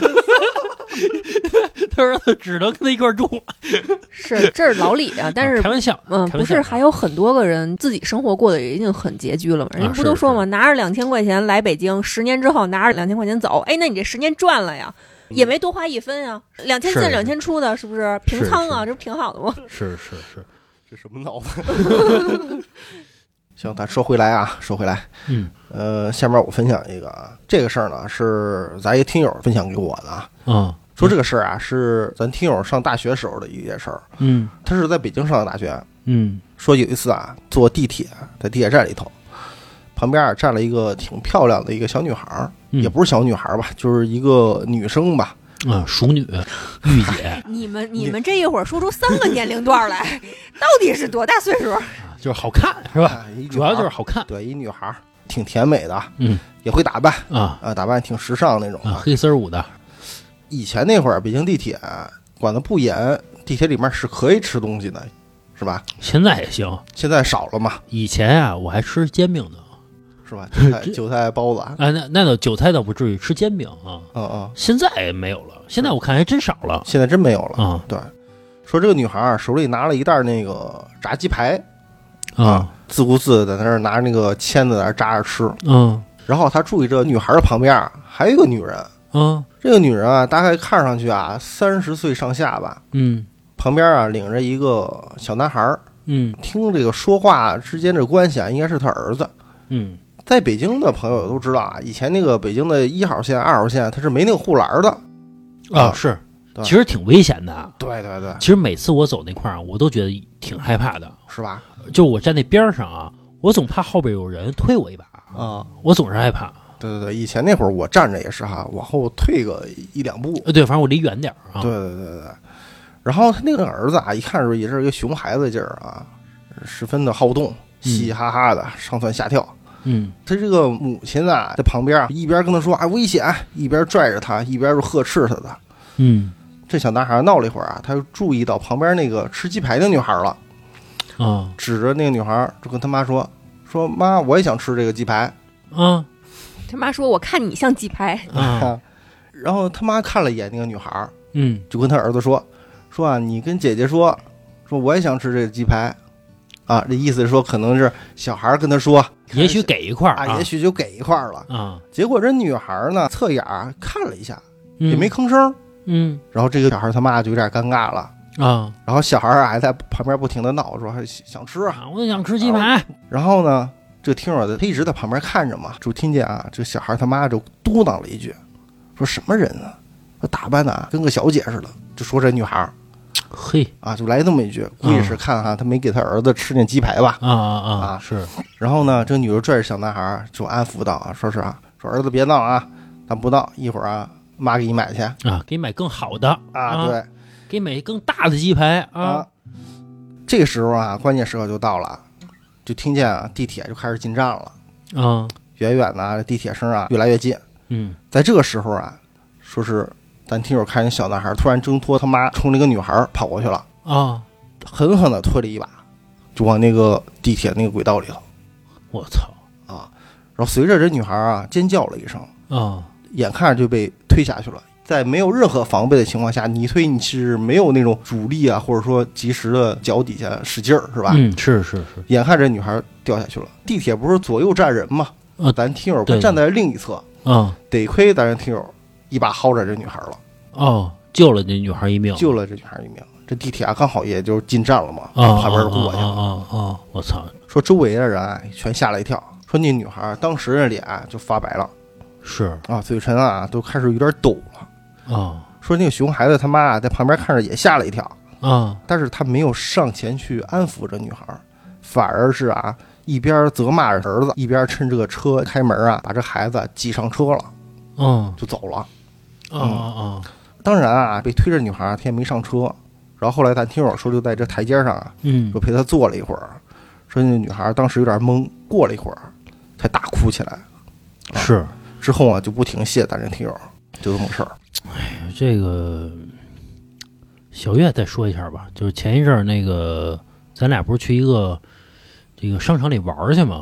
S1: 他说他只能跟他一块住。
S3: 是，这是老李啊，但是、
S1: 啊、开玩笑，
S3: 嗯，不是，还有很多个人自己生活过得也已经很拮据了嘛。人家不都说嘛，拿着两千块钱来北京，十年之后拿着两千块钱走，哎，那你这十年赚了呀，也没多花一分啊，两千进两千出的，是不是平仓啊？这不挺好的吗？
S1: 是是是，
S2: 这什么脑子？行，咱说回来啊，说回来，
S1: 嗯，
S2: 呃，下面我分享一个啊，这个事儿呢是咱一个听友分享给我的啊，
S1: 嗯，
S2: 说这个事儿啊是咱听友上大学时候的一件事儿，
S1: 嗯，
S2: 他是在北京上的大学，
S1: 嗯，
S2: 说有一次啊坐地铁，在地铁站里头，旁边啊站了一个挺漂亮的一个小女孩，
S1: 嗯、
S2: 也不是小女孩吧，就是一个女生吧。
S1: 啊，熟女御姐，
S3: 你们你们这一会儿说出三个年龄段来，到底是多大岁数？
S1: 就是好看是吧？
S2: 啊、
S1: 主要就是好看。
S2: 对，一女孩挺甜美的，
S1: 嗯，
S2: 也会打扮
S1: 啊
S2: 啊，打扮挺时尚那种
S1: 啊，黑丝舞的。
S2: 以前那会儿北京地铁管得不严，地铁里面是可以吃东西的，是吧？
S1: 现在也行，
S2: 现在少了嘛。
S1: 以前啊，我还吃煎饼呢。
S2: 是吧？韭菜韭菜包子啊，
S1: 那那倒韭菜倒不至于，吃煎饼啊。
S2: 嗯嗯，
S1: 现在没有了，现在我看还真少了。
S2: 现在真没有了
S1: 啊、嗯。
S2: 对，说这个女孩手里拿了一袋那个炸鸡排啊，自顾自的在那儿拿着那个签子在那儿扎着吃。
S1: 嗯，
S2: 然后他注意这女孩的旁边还有一个女人。
S1: 嗯，
S2: 这个女人啊，大概看上去啊三十岁上下吧。
S1: 嗯，
S2: 旁边啊领着一个小男孩。
S1: 嗯，
S2: 听这个说话之间这关系啊，应该是他儿子。
S1: 嗯。
S2: 在北京的朋友都知道啊，以前那个北京的一号线、二号线，它是没那个护栏的
S1: 啊，是，其实挺危险的。
S2: 对对对，
S1: 其实每次我走那块儿，我都觉得挺害怕的，
S2: 是吧？
S1: 就我站那边上啊，我总怕后边有人推我一把
S2: 啊，
S1: 我总是害怕。
S2: 对对对，以前那会儿我站着也是哈，往后退个一两步。
S1: 对，反正我离远点啊。
S2: 对对对对。然后他那个儿子啊，一看着也是一个熊孩子劲儿啊，十分的好动，嘻嘻哈哈的，上蹿下跳。
S1: 嗯，
S2: 他这个母亲啊，在旁边啊，一边跟他说啊危险，一边拽着他，一边就呵斥他的。
S1: 嗯，
S2: 这小男孩闹了一会儿啊，他就注意到旁边那个吃鸡排的女孩了，
S1: 啊，
S2: 指着那个女孩就跟他妈说：“说妈，我也想吃这个鸡排。”
S1: 啊，
S3: 他妈说：“我看你像鸡排。”
S1: 啊，
S2: 然后他妈看了一眼那个女孩，
S1: 嗯，
S2: 就跟他儿子说：“说啊，你跟姐姐说，说我也想吃这个鸡排。”啊，这意思是说，可能是小孩跟他说，
S1: 也许给一块
S2: 啊，也许就给一块了
S1: 啊。
S2: 结果这女孩呢，侧眼看了一下，也没吭声。
S1: 嗯，
S2: 然后这个小孩他妈就有点尴尬了
S1: 啊。
S2: 然后小孩啊还在旁边不停的闹，说还想吃啊，
S1: 我想吃鸡排。
S2: 然后呢，这个听友的他一直在旁边看着嘛，就听见啊，这小孩他妈就嘟囔了一句，说什么人啊，打扮的、啊、跟个小姐似的，就说这女孩。
S1: 嘿
S2: 啊，就来这么一句，估计是看哈、啊、他没给他儿子吃那鸡排吧？
S1: 啊啊啊！是。
S2: 然后呢，这个女的拽着小男孩就安抚道啊，说是啊，说儿子别闹啊，咱不闹，一会儿啊，妈给你买去
S1: 啊，给你买更好的
S2: 啊，啊对，
S1: 给你买更大的鸡排 啊, 啊。
S2: 这个时候啊，关键时刻就到了，就听见啊，地铁就开始进站了
S1: 啊，
S2: 远远的地铁声啊越来越近。
S1: 嗯，
S2: 在这个时候啊，说是。咱听友看见小男孩突然挣脱他妈，冲那个女孩跑过去了
S1: 啊，
S2: 狠狠的推了一把，就往那个地铁那个轨道里头。
S1: 我操
S2: 啊！然后随着这女孩啊尖叫了一声
S1: 啊，
S2: 眼看着就被推下去了。在没有任何防备的情况下，你推你是没有那种阻力啊，或者说及时的脚底下使劲儿，是吧？
S1: 嗯，是是是。
S2: 眼看着女孩掉下去了，地铁不是左右站人吗？
S1: 啊，
S2: 咱听友不站在另一侧
S1: 啊，
S2: 得亏咱听友。一把薅着这女孩了，
S1: 哦，救了这女孩一命，
S2: 救了这女孩一命。这地铁啊，刚好也就进站了嘛，
S1: 啊，
S2: 旁边就过去了。
S1: 啊啊！我操！
S2: 说周围的人啊，全吓了一跳。说那女孩当时的脸就发白了，
S1: 是
S2: 啊，嘴唇啊都开始有点抖了。
S1: 啊，
S2: 说那个熊孩子他妈啊，在旁边看着也吓了一跳
S1: 啊，
S2: 但是他没有上前去安抚这女孩，反而是啊一边责骂着儿子，一边趁这个车开门啊，把这孩子挤上车了，
S1: 嗯，
S2: 就走了。
S1: 啊啊！
S2: 当然啊，被推着女孩她也没上车。然后后来咱听友说，就在这台阶上啊，
S1: 嗯，
S2: 就陪她坐了一会儿。说那女孩当时有点懵，过了一会儿才大哭起来。啊、
S1: 是
S2: 之后啊，就不停谢咱这听友，就这么个事儿。
S1: 哎，这个小月再说一下吧，就是前一阵儿那个，咱俩不是去一个这个商场里玩去吗？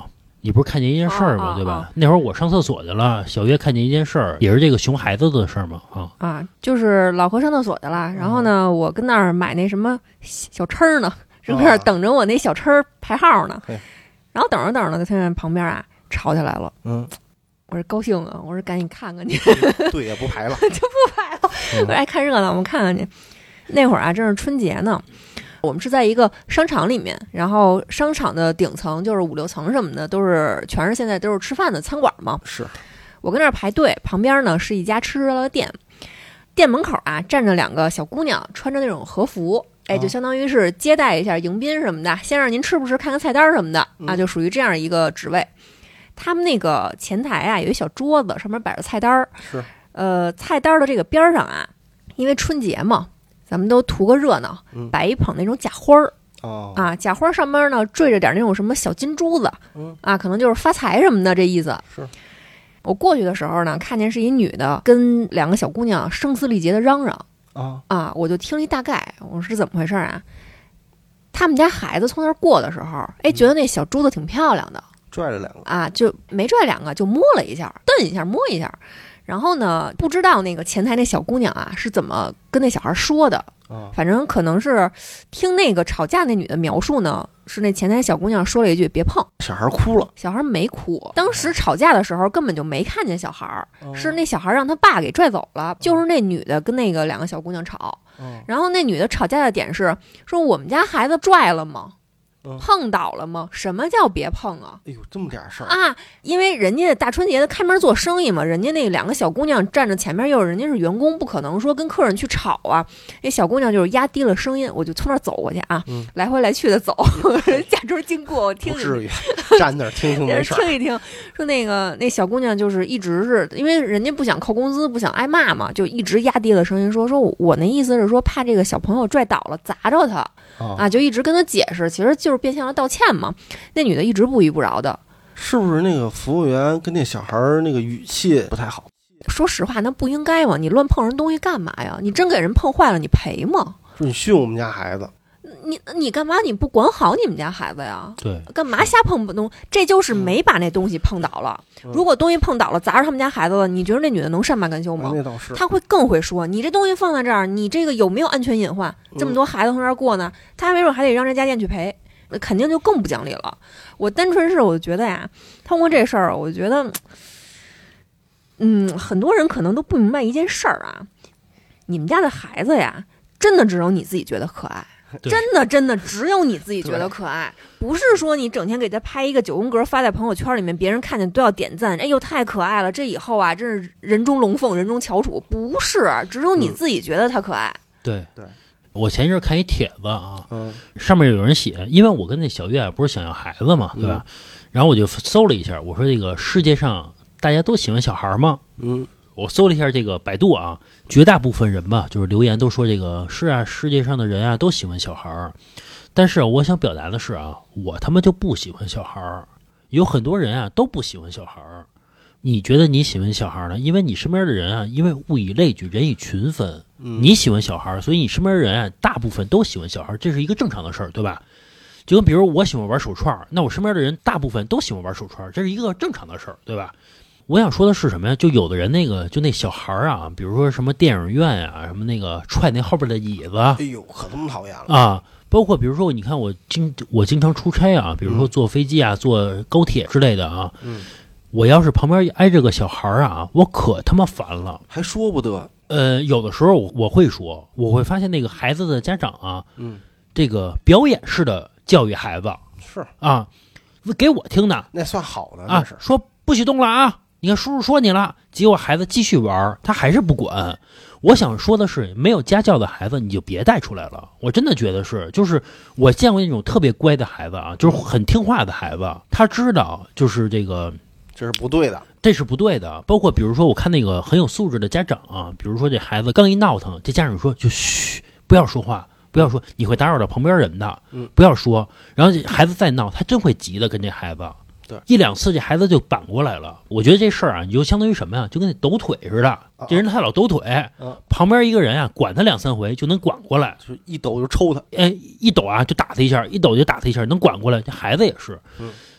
S1: 你不是看见一件事儿吗？
S3: 哦哦
S1: 对吧？
S3: 哦
S1: 那会儿我上厕所去了，小月看见一件事儿，也是这个熊孩子的事儿嘛啊
S3: 啊，就是老何上厕所去了，然后呢，我跟那儿买那什么小吃儿呢，正在那儿等着我那小吃儿排号呢，然后等着等着呢，就听见旁边啊吵起来了，
S2: 嗯，
S3: 我说高兴啊，我说赶紧看看去，
S2: 对，也不排了，
S3: 就不排了，我说爱看热闹，我们看看去。那会儿啊，正是春节呢。我们是在一个商场里面，然后商场的顶层就是五六层什么的，都是全是现在都是吃饭的餐馆嘛。
S2: 是
S3: 我跟那儿排队，旁边呢是一家吃热闹的店，店门口啊站着两个小姑娘，穿着那种和服，哎，就相当于是接待一下迎宾什么的。先生您吃不吃？看看菜单什么的啊，就属于这样一个职位。他们那个前台啊有一小桌子，上面摆着菜单，
S2: 是
S3: 呃菜单的这个边上啊，因为春节嘛。咱们都图个热闹，摆一捧那种假花儿、
S2: 哦、
S3: 啊，假花上面呢缀着点那种什么小金珠子，
S2: 嗯
S3: 啊，可能就是发财什么的这意思。
S2: 是
S3: 我过去的时候呢，看见是一女的跟两个小姑娘声嘶力竭的嚷嚷
S2: 啊
S3: 啊，我就听了一大概，我说是怎么回事啊？他们家孩子从那儿过的时候，哎，觉得那小珠子挺漂亮的，
S2: 拽了两个
S3: 啊，就没拽两个，就摸了一下，蹬一下，摸一下。然后呢，不知道那个前台那小姑娘啊是怎么跟那小孩说的，反正可能是听那个吵架那女的描述呢，是那前台小姑娘说了一句别碰，
S2: 小孩哭了，
S3: 小孩没哭，当时吵架的时候根本就没看见小孩，是那小孩让他爸给拽走了，就是那女的跟那个两个小姑娘吵，然后那女的吵架的点是说我们家孩子拽了吗？碰倒了吗？什么叫别碰啊？
S2: 哎呦，这么点事儿
S3: 啊！因为人家大春节的开门做生意嘛，人家那两个小姑娘站着前面，又是人家是员工，不可能说跟客人去吵啊。那小姑娘就是压低了声音，我就从那儿走过去啊，嗯、来回来去的走，假装经过，我听
S2: 不至于站那儿听听没事
S3: 听一听。说那个那小姑娘就是一直是因为人家不想扣工资，不想挨骂嘛，就一直压低了声音说说我那意思是说怕这个小朋友拽倒了砸着他。啊，就一直跟他解释，其实就是变相的道歉嘛。那女的一直不依不饶的，
S2: 是不是那个服务员跟那小孩那个语气不太好？
S3: 说实话，那不应该嘛！你乱碰人东西干嘛呀？你真给人碰坏了，你赔吗？
S2: 说你训我们家孩子，
S3: 你你干嘛？你不管好你们家孩子呀？
S1: 对，
S3: 干嘛瞎碰不东？这就是没把那东西碰倒了。嗯、如果东西碰倒了，砸着他们家孩子了，你觉得那女的能善罢甘休吗？
S2: 那倒是，
S3: 她会更会说，你这东西放在这儿，你这个有没有安全隐患？这么多孩子从这儿过呢，他没准还得让这家店去赔，那肯定就更不讲理了。我单纯是我觉得呀，通过这事儿，我觉得，嗯，很多人可能都不明白一件事儿啊，你们家的孩子呀，真的只有你自己觉得可爱。真的真的只有你自己觉得可爱，不是说你整天给他拍一个九宫格发在朋友圈里面，别人看见都要点赞，哎呦太可爱了，这以后啊真是人中龙凤人中翘楚，不是，只有你自己觉得他可爱。
S1: 嗯、对
S2: 对，
S1: 我前一阵看一帖子啊，嗯，上面有人写，因为我跟那小月不是想要孩子嘛，对吧？嗯、然后我就搜了一下，我说这个世界上大家都喜欢小孩吗？嗯。我搜了一下这个百度啊，绝大部分人吧，就是留言都说这个是啊，世界上的人啊都喜欢小孩儿。但是我想表达的是啊，我他妈就不喜欢小孩儿。有很多人啊都不喜欢小孩儿。你觉得你喜欢小孩儿呢？因为你身边的人啊，因为物以类聚，人以群分。你喜欢小孩儿，所以你身边的人啊，大部分都喜欢小孩儿，这是一个正常的事儿，对吧？就跟比如我喜欢玩手串，那我身边的人大部分都喜欢玩手串，这是一个正常的事儿，对吧？我想说的是什么呀？就有的人那个，就那小孩啊，比如说什么电影院啊，什么那个踹那后边的椅子，
S2: 哎呦，可这么讨厌了
S1: 啊！包括比如说，你看我经我经常出差啊，比如说坐飞机啊、嗯、坐高铁之类的啊，嗯，我要是旁边挨着个小孩啊，我可他妈烦了，
S2: 还说不得。
S1: 呃，有的时候我会说，我会发现那个孩子的家长啊，
S2: 嗯，
S1: 这个表演式的教育孩子
S2: 是
S1: 啊，给我听的，
S2: 那算好的
S1: 啊，说不许动了啊。你看叔叔说你了，结果孩子继续玩，他还是不管。我想说的是，没有家教的孩子你就别带出来了。我真的觉得是，就是我见过那种特别乖的孩子啊，就是很听话的孩子，他知道就是这个
S2: 这是不对的，
S1: 这是不对的。包括比如说我看那个很有素质的家长啊，比如说这孩子刚一闹腾，这家长说就嘘，不要说话，不要说，你会打扰到旁边人的，不要说。然后这孩子再闹，他真会急的跟这孩子。
S2: 对，
S1: 一两次这孩子就扳过来了。我觉得这事儿啊，你就相当于什么呀？就跟那抖腿似的。这人他老抖腿，
S2: 啊、
S1: 旁边一个人啊，管他两三回就能管过来，
S2: 就一抖就抽他。
S1: 哎，一抖啊就打他一下，一抖就打他一下，能管过来。这孩子也是，
S2: 嗯，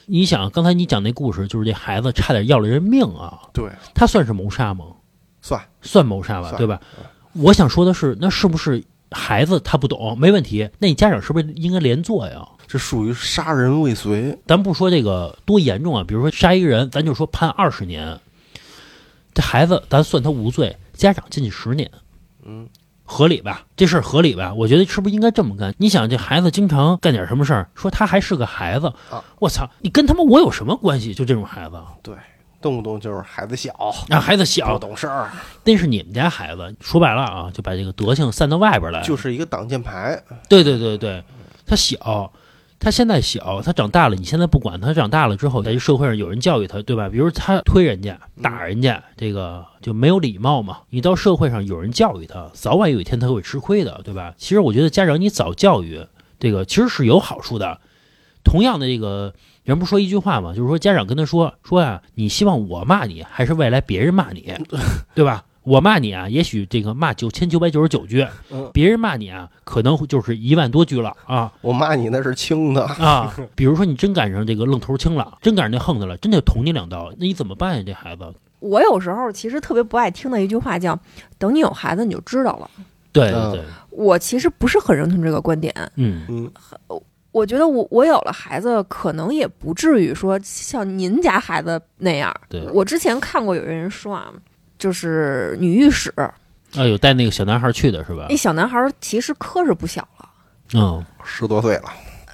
S1: 你想刚才你讲那故事，就是这孩子差点要了人命啊，
S2: 对，
S1: 他算是谋杀吗？
S2: 算
S1: 算谋杀吧，
S2: 算
S1: 对吧？我想说的是，那是不是孩子他不懂没问题，那你家长是不是应该连坐呀？
S2: 这属于杀人未遂。
S1: 咱不说这个多严重啊，比如说杀一个人，咱就说判二十年，这孩子咱算他无罪，家长进去十年，
S2: 嗯，
S1: 合理吧？这事儿合理吧？我觉得是不是应该这么干？你想，这孩子经常干点什么事儿，说他还是个孩子，
S2: 啊，
S1: 我操，你跟他妈我有什么关系？就这种孩子，
S2: 对，动不动就是孩子小
S1: 啊，孩子小
S2: 不懂事儿，
S1: 那是你们家孩子，说白了啊，就把这个德行散到外边来，
S2: 就是一个挡箭牌。
S1: 对对对对，他小。他现在小，他长大了，你现在不管他，长大了之后，在这社会上有人教育他，对吧？比如他推人家、打人家，这个就没有礼貌嘛。你到社会上有人教育他，早晚有一天他会吃亏的，对吧？其实我觉得家长你早教育，这个其实是有好处的。同样的，这个人不说一句话嘛，就是说家长跟他说说呀、啊，你希望我骂你，还是未来别人骂你，对吧？我骂你啊，也许这个骂九千九百九十九句，别人骂你啊，可能就是一万多句了啊。
S2: 我骂你那是轻的
S1: 啊，比如说你真赶上这个愣头青了，真赶上那横的了，真得捅你两刀，那你怎么办呀？这孩子，
S3: 我有时候其实特别不爱听的一句话叫“等你有孩子你就知道了”。
S1: 对对对，
S3: 我其实不是很认同这个观点。
S1: 嗯
S2: 嗯，
S3: 我觉得我我有了孩子，可能也不至于说像您家孩子那样。
S1: 对，
S3: 我之前看过有人说啊。就是女御史啊，
S1: 有带那个小男孩去的是吧？
S3: 那小男孩其实科是不小了，
S1: 嗯，
S2: 十多岁了，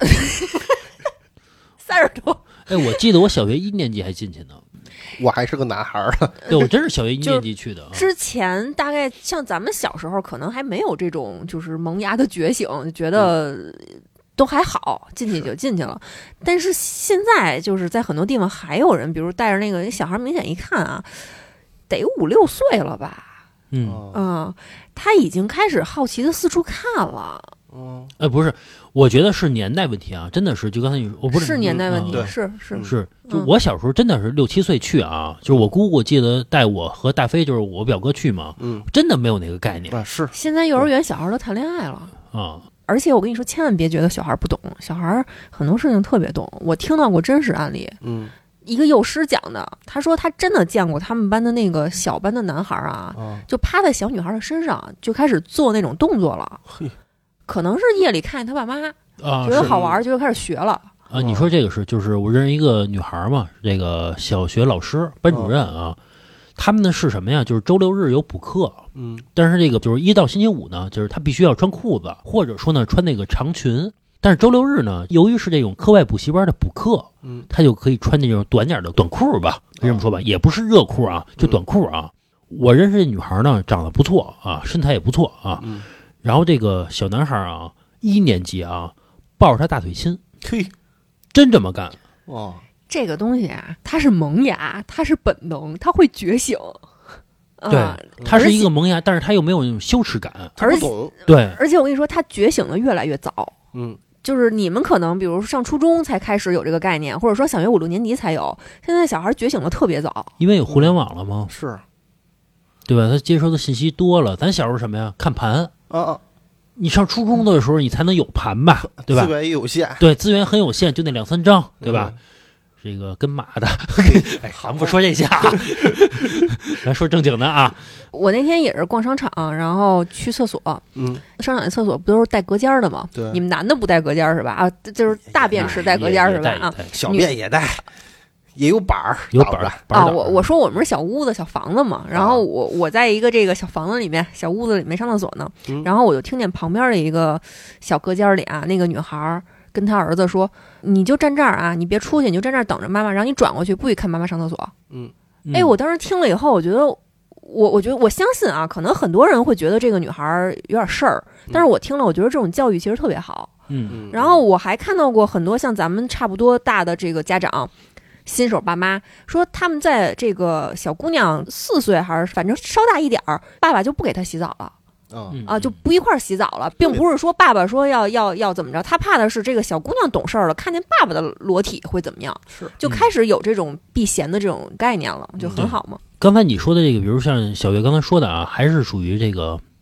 S3: 三十多。
S1: 哎，我记得我小学一年级还进去呢，
S2: 我还是个男孩呢。
S1: 对，我真是小学一年级去的。
S3: 之前大概像咱们小时候，可能还没有这种就是萌芽的觉醒，觉得都还好，进去就进去了。但是现在就是在很多地方还有人，比如带着那个小孩，明显一看啊。得五六岁了吧，
S1: 嗯
S3: 嗯，他已经开始好奇的四处看了，
S2: 嗯，
S1: 哎，不是，我觉得是年代问题啊，真的是，就刚才你说，我不是
S3: 是年代问题，
S1: 嗯、
S3: 是是
S1: 是，就我小时候真的是六七岁去啊，就是我姑姑记得带我和大飞，就是我表哥去嘛，
S2: 嗯，
S1: 真的没有那个概念
S2: 啊，是，
S3: 现在幼儿园小孩都谈恋爱了
S1: 啊，
S3: 而且我跟你说，千万别觉得小孩不懂，小孩很多事情特别懂，我听到过真实案例，
S2: 嗯。
S3: 一个幼师讲的，他说他真的见过他们班的那个小班的男孩啊，
S2: 啊
S3: 就趴在小女孩的身上，就开始做那种动作了。
S2: 嘿，
S3: 可能是夜里看见他爸妈
S1: 啊，
S3: 觉得好玩，就开始学了。
S1: 啊，你说这个是，就是我认识一个女孩嘛，这个小学老师、班主任啊，他们呢是什么呀？就是周六日有补课，
S2: 嗯，
S1: 但是这个就是一到星期五呢，就是他必须要穿裤子，或者说呢穿那个长裙。但是周六日呢，由于是这种课外补习班的补课，
S2: 嗯，
S1: 他就可以穿那种短点的短裤吧，可以这么说吧，也不是热裤啊，就短裤啊。嗯、我认识这女孩呢，长得不错啊，身材也不错啊。
S2: 嗯、
S1: 然后这个小男孩啊，一年级啊，抱着他大腿亲，
S2: 嘿，
S1: 真这么干
S2: 哦。
S3: 这个东西啊，它是萌芽，它是本能，它会觉醒。
S1: 对，
S3: 啊、
S1: 他是一个萌芽，但是他又没有那种羞耻感，
S2: 他不懂。
S1: 对，
S3: 而且我跟你说，他觉醒的越来越早。
S2: 嗯。
S3: 就是你们可能，比如说上初中才开始有这个概念，或者说小学五六年级才有。现在小孩觉醒的特别早，
S1: 因为有互联网了吗？
S2: 是，
S1: 对吧？他接收的信息多了。咱小时候什么呀？看盘
S2: 啊，
S1: 你上初中的时候，你才能有盘吧？对吧？
S2: 资源也有限，
S1: 对，资源很有限，就那两三张，对吧？嗯、这个跟马的，哎，咱们不说这些啊，咱说正经的啊。
S3: 我那天也是逛商场，然后去厕所，
S2: 嗯，
S3: 商场的厕所不都是带隔间的吗？
S2: 对，
S3: 你们男的不带隔间是吧？啊，就是大便池带隔间是吧？啊，
S2: 小便也带，也有板儿，
S1: 有板儿
S3: 啊。我我说我们是小屋子、小房子嘛，然后我我在一个这个小房子里面、小屋子里面上厕所呢，
S2: 嗯、
S3: 然后我就听见旁边的一个小隔间里啊，那个女孩跟她儿子说：“你就站这儿啊，你别出去，你就站这儿等着妈妈，然后你转过去，不许看妈妈上厕所。”
S2: 嗯，
S3: 哎，我当时听了以后，我觉得。我我觉得我相信啊，可能很多人会觉得这个女孩有点事儿，但是我听了，我觉得这种教育其实特别好。
S1: 嗯，
S3: 然后我还看到过很多像咱们差不多大的这个家长，新手爸妈说，他们在这个小姑娘四岁还是反正稍大一点儿，爸爸就不给她洗澡了。
S2: 嗯、
S3: 啊，就不一块儿洗澡了，并不是说爸爸说要要要怎么着，他怕的是这个小姑娘懂事儿了，看见爸爸的裸体会怎么样，
S2: 是
S3: 就开始有这种避嫌的这种概念了，就很好嘛。
S1: 刚才你说的这个，比如像小月刚才说的啊，还是属于这个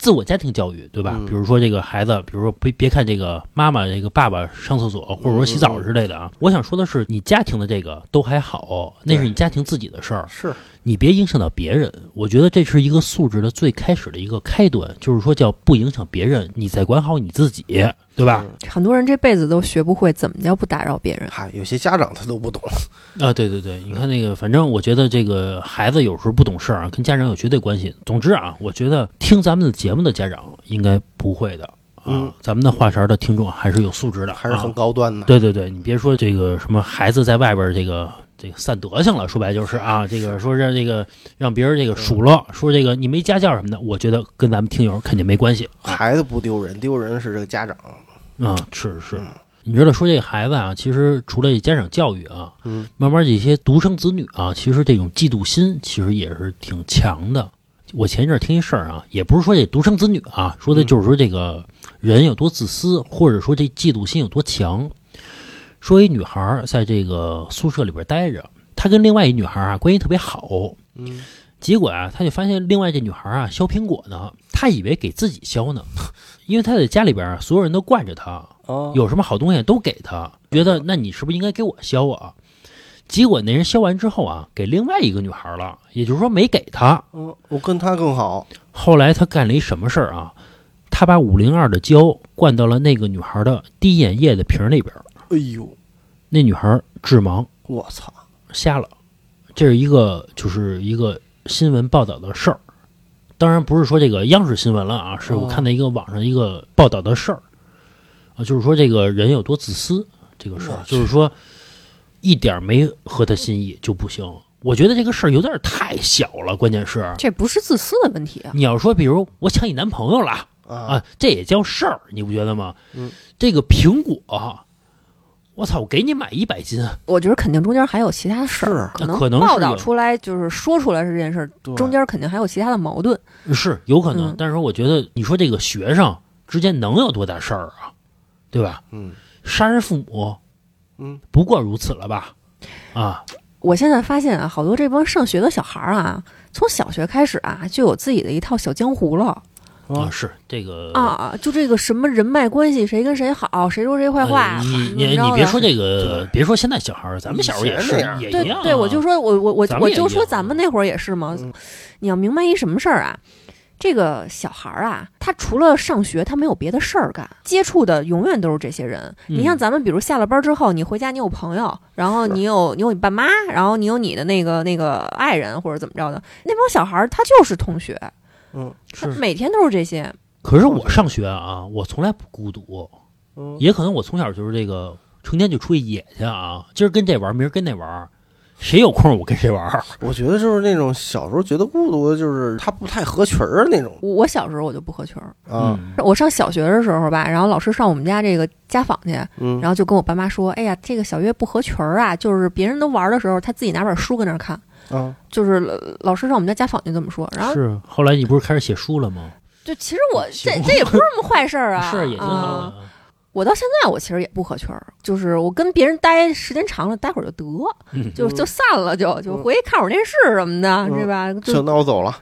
S1: 自我家庭教育，对吧？
S2: 嗯、
S1: 比如说这个孩子，比如说别别看这个妈妈这个爸爸上厕所或者说洗澡之类的啊，
S2: 嗯、
S1: 我想说的是，你家庭的这个都还好，那是你家庭自己的事儿，
S2: 是
S1: 你别影响到别人。我觉得这是一个素质的最开始的一个开端，就是说叫不影响别人，你再管好你自己，对吧？
S3: 很多人这辈子都学不会怎么叫不打扰别人。
S2: 嗨，有些家长他都不懂
S1: 啊，对对对，你看那个，反正我觉得这个孩子有时候不懂事儿啊，跟家长有绝对关系。总之啊，我觉得听咱们的节目的家长应该不会的啊，
S2: 嗯、
S1: 咱们的话茬的听众还是有素质的，
S2: 还是很高端的。
S1: 啊、对对对，你别说这个什么孩子在外边这个。这个散德性了，说白就是啊，这个说让这个让别人这个数落，说这个你没家教什么的，我觉得跟咱们听友肯定没关系。
S2: 孩子不丢人，丢人是这个家长
S1: 啊，是是。你知道说这个孩子啊，其实除了家长教育啊，
S2: 嗯，
S1: 慢慢这些独生子女啊，其实这种嫉妒心其实也是挺强的。我前一阵听一事儿啊，也不是说这独生子女啊，说的就是说这个人有多自私，或者说这嫉妒心有多强。说一女孩在这个宿舍里边待着，她跟另外一女孩啊关系特别好，
S2: 嗯，
S1: 结果啊，她就发现另外这女孩啊削苹果呢，她以为给自己削呢，因为她在家里边所有人都惯着她，
S2: 哦，
S1: 有什么好东西都给她，觉得那你是不是应该给我削啊？结果那人削完之后啊，给另外一个女孩了，也就是说没给她。
S2: 嗯，我跟她更好。
S1: 后来她干了一什么事儿啊？她把五零二的胶灌到了那个女孩的滴眼液的瓶里边。
S2: 哎呦，
S1: 那女孩致盲，
S2: 我操，
S1: 瞎了。这是一个就是一个新闻报道的事儿，当然不是说这个央视新闻了啊，是我看到一个网上一个报道的事儿啊，就是说这个人有多自私这个事儿，就是说一点没合他心意就不行。我觉得这个事儿有点太小了，关键是
S3: 这不是自私的问题啊。
S1: 你要说比如我抢你男朋友了
S2: 啊，
S1: 啊，这也叫事儿，你不觉得吗？
S2: 嗯，
S1: 这个苹果。我操！我给你买一百斤，
S3: 我觉得肯定中间还有其他事儿，可能
S1: 可能
S3: 报道出来就是说出来是这件事儿，中间肯定还有其他的矛盾，
S1: 是有可能。
S3: 嗯、
S1: 但是我觉得，你说这个学生之间能有多大事儿啊？对吧？
S2: 嗯，
S1: 杀人父母，
S2: 嗯，
S1: 不过如此了吧？啊！
S3: 我现在发现啊，好多这帮上学的小孩啊，从小学开始啊，就有自己的一套小江湖了。
S1: 啊，是这个
S3: 啊，就这个什么人脉关系，谁跟谁好，谁说谁坏话。
S1: 呃、你你你别说这个，别说现在小孩，咱们小时候也是也一样、啊。
S3: 对对，我就说我我我我就说咱们那会儿也是嘛。
S2: 嗯、
S3: 你要明白一什么事儿啊？这个小孩啊，他除了上学，他没有别的事儿干，接触的永远都是这些人。
S1: 嗯、
S3: 你像咱们，比如下了班之后，你回家，你有朋友，然后你有你有你爸妈，然后你有你的那个那个爱人或者怎么着的，那帮小孩他就是同学，
S2: 嗯，
S3: 他每天都是这些。
S1: 可是我上学啊，我从来不孤独，
S2: 嗯，
S1: 也可能我从小就是这个成天就出去野去啊，今儿跟这玩，明儿跟那玩，谁有空我跟谁玩。
S2: 我觉得就是那种小时候觉得孤独的，就是他不太合群儿那种。
S3: 我小时候我就不合群儿
S2: 啊、
S1: 嗯，
S3: 我上小学的时候吧，然后老师上我们家这个家访去，
S2: 嗯，
S3: 然后就跟我爸妈说，哎呀，这个小月不合群儿啊，就是别人都玩的时候，他自己拿本书跟那儿看，
S2: 啊，
S3: 就是老师上我们家家访就这么说。然后
S1: 是后来你不是开始写书了吗？
S3: 就其实我这这也不是什么坏事儿啊，
S1: 是也挺好的、
S3: 啊。我到现在我其实也不合群儿，就是我跟别人待时间长了，待会儿就得，
S1: 嗯、
S3: 就就散了，就就回去看会儿电视什么的，
S2: 嗯、
S3: 是吧？
S2: 就那我走了。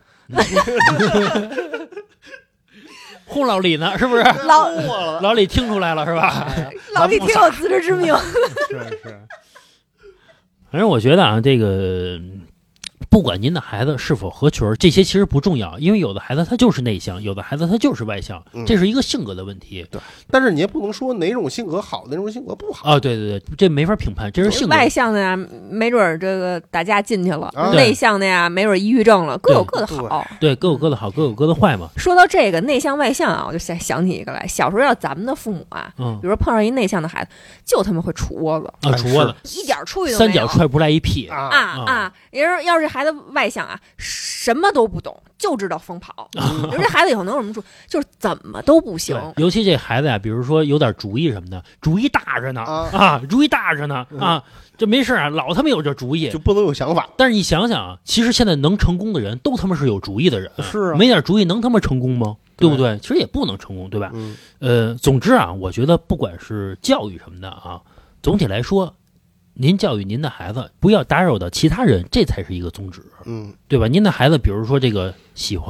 S1: 哄老李呢，是不是？
S3: 老
S1: 老李听出来了是吧？
S3: 老李挺有自知之明。
S1: 是是。反正我觉得啊，这个。不管您的孩子是否合群，这些其实不重要，因为有的孩子他就是内向，有的孩子他就是外向，
S2: 嗯、
S1: 这是一个性格的问题。
S2: 对，但是你也不能说哪种性格好，哪种性格不好
S1: 啊、哦。对对对，这没法评判，这是性格。
S3: 外向的呀，没准这个打架进去了；
S2: 啊、
S3: 内向的呀，没准抑郁症了，各有各的好。
S1: 对，各有各的好，各有各的坏嘛。
S3: 说到这个内向外向啊，我就想想起一个来。小时候要咱们的父母啊，
S1: 嗯，
S3: 比如说碰上一内向的孩子，就他们会杵窝子
S1: 啊，杵窝子，
S3: 一点出息都没有，
S1: 三脚踹不出来一屁
S3: 啊啊啊！要是要是孩子外向啊。什么都不懂，就知道疯跑。你说这孩子以后能有什么处？就是怎么都不行。
S1: 尤其这孩子呀、啊，比如说有点主意什么的，主意大着呢啊, 啊，主意大着呢啊，这没事啊，老他妈有这主意，
S2: 就不能有想法。
S1: 但是你想想啊，其实现在能成功的人都他妈是有主意的人，
S2: 是啊，
S1: 没点主意能他妈成功吗？对不对？其实也不能成功，对吧？
S2: 嗯，
S1: 呃，总之啊，我觉得不管是教育什么的啊，总体来说。您教育您的孩子，不要打扰到其他人，这才是一个宗旨，
S2: 嗯，
S1: 对吧？您的孩子，比如说这个喜欢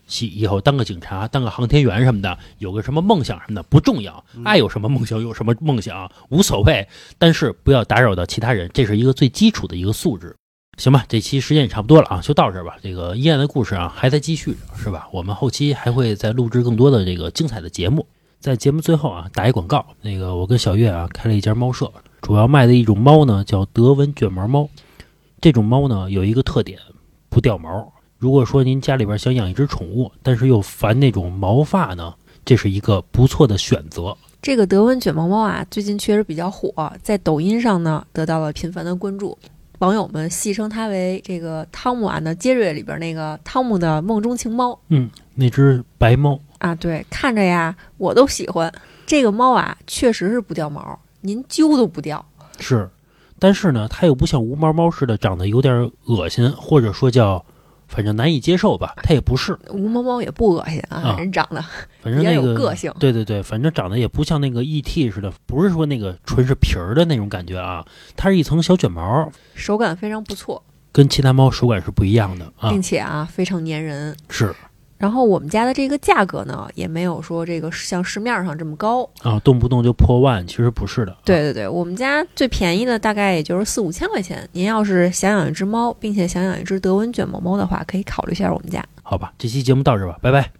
S1: 以后当个警察，当个航天员什么的，有个什么梦想什么的不重要，爱有什么梦想有什么梦想无所谓，但是不要打扰到其他人，这是一个最基础的一个素质。行吧，这期时间也差不多了啊，就到这儿吧。这个医院的故事啊还在继续着，是吧？我们后期还会再录制更多的这个精彩的节目。在节目最后啊，打一广告。那个我跟小月啊开了一家猫舍，主要卖的一种猫呢叫德文卷毛猫。这种猫呢有一个特点，不掉毛。如果说您家里边想养一只宠物，但是又烦那种毛发呢，这是一个不错的选择。
S3: 这个德文卷毛猫啊，最近确实比较火，在抖音上呢得到了频繁的关注。网友们戏称它为这个汤姆安的杰瑞里边那个汤姆的梦中情猫。
S1: 嗯，那只白猫
S3: 啊，对，看着呀我都喜欢。这个猫啊确实是不掉毛，您揪都不掉。
S1: 是，但是呢它又不像无毛猫似的长得有点恶心，或者说叫反正难以接受吧，它也不是。
S3: 无毛猫也不恶心啊，
S1: 啊
S3: 人长得
S1: 反正那个
S3: 比较有个性。
S1: 对对对，反正长得也不像那个 E T 似的，不是说那个纯是皮儿的那种感觉啊，它是一层小卷毛，
S3: 手感非常不错，
S1: 跟其他猫手感是不一样的啊，
S3: 并且啊非常粘人。
S1: 是。
S3: 然后我们家的这个价格呢，也没有说这个像市面上这么高
S1: 啊，动不动就破万，其实不是的。
S3: 对对对，我们家最便宜的大概也就是四五千块钱。您要是想养一只猫，并且想养一只德文卷毛猫的话，可以考虑一下我们家。
S1: 好吧，这期节目到这吧，拜拜。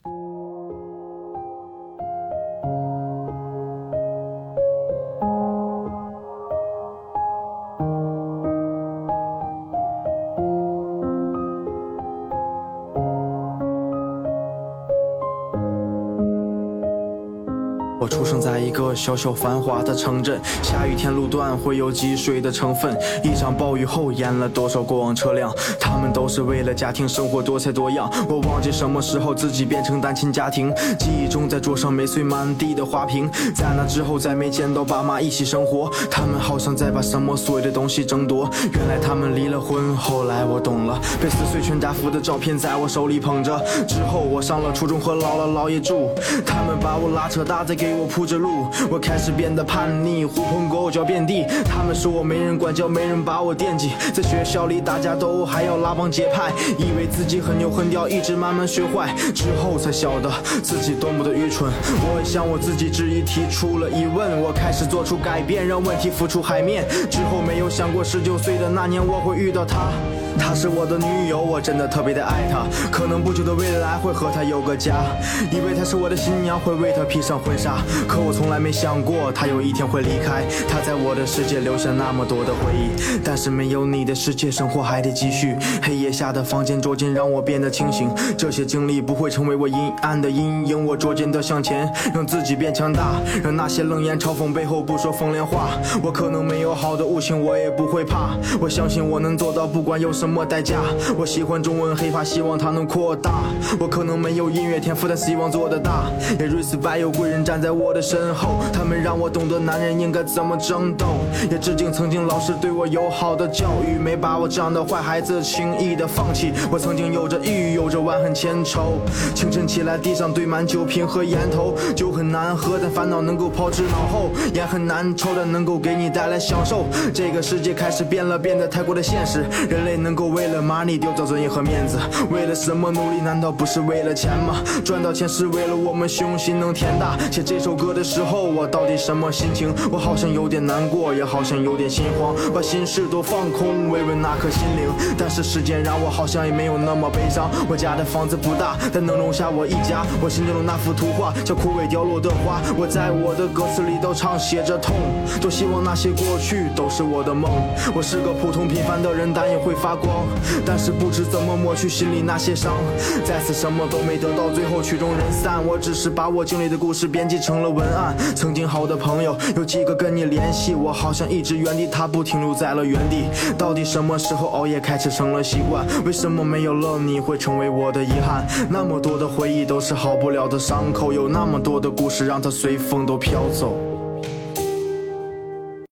S4: 我出生在一个小小繁华的城镇，下雨天路段会有积水的成分，一场暴雨后淹了多少过往车辆，他们都是为了家庭生活多彩多样。我忘记什么时候自己变成单亲家庭，记忆中在桌上没碎满地的花瓶，在那之后再没见到爸妈一起生活，他们好像在把什么所有的东西争夺，原来他们离了婚。后来我懂了，被撕碎全家福的照片在我手里捧着，之后我上了初中和姥姥姥爷住，他们把我拉扯大，再给我铺着路，我开始变得叛逆，狐朋狗脚遍地，他们说我没人管教，没人把我惦记，在学校里大家都还要拉帮结派，以为自己很牛很屌，一直慢慢学坏，之后才晓得自己多么的愚蠢。我向我自己质疑提出了疑问，我开始做出改变，让问题浮出海面，之后没有想过十九岁的那年我会遇到她，她是我的女友，我真的特别的爱她，可能不久的未来会和她有个家，以为她是我的新娘，会为她披上婚纱，可我从来没想过她有一天会离开，她在我的世界留下那么多的回忆，但是没有你的世界生活还得继续，黑夜下的房间逐渐让我变得清醒，这些经历不会成为我阴暗的阴影，我逐渐的向前，让自己变强大，让那些冷言嘲讽背后不说风凉话，我可能没有好的悟性，我也不会怕，我相信我能做到，不管有什么代价，我喜欢中文黑怕希望它能扩大，我可能没有音乐天赋，但希望做得大，也 respect 有贵人站在我的身后，他们让我懂得男人应该怎么争斗，也致敬曾经老师对我友好的教育，没把我这样的坏孩子轻易的放弃，我曾经有着抑郁，有着万恨千愁，清晨起来地上堆满酒瓶和烟头，酒很难喝但烦恼能够抛之脑后，烟很难抽但能够给你带来享受，这个世界开始变了，变得太过的现实，人类能够为了 money 丢掉尊严和面子，为了什么努力，难道不是为了钱吗？赚到钱是为了我们胸心能填大，写这首歌的时候我到底什么心情，我好像有点难过，也好像有点心慌，把心事都放空，慰问那颗心灵，但是时间让我好像也没有那么悲伤，我家的房子不大，但能容下我一家，我心中的那幅图画像枯萎掉落的花，我在我的歌词里都常写着痛，多希望那些过去都是我的梦，我是个普通平凡的人，但也会发光，但是不知怎么抹去心里那些伤，再次什么都没得到，最后曲终人散，我只是把我经历的故事编辑成了文案，曾经好的朋友有几个跟你联系，我好像一直原地踏步停留在了原地，到底什么时候熬夜开始成了习惯，为什么没有了你会成为我的遗憾，那么多的回忆都是好不了的伤口，有那么多的故事让它随风都飘走。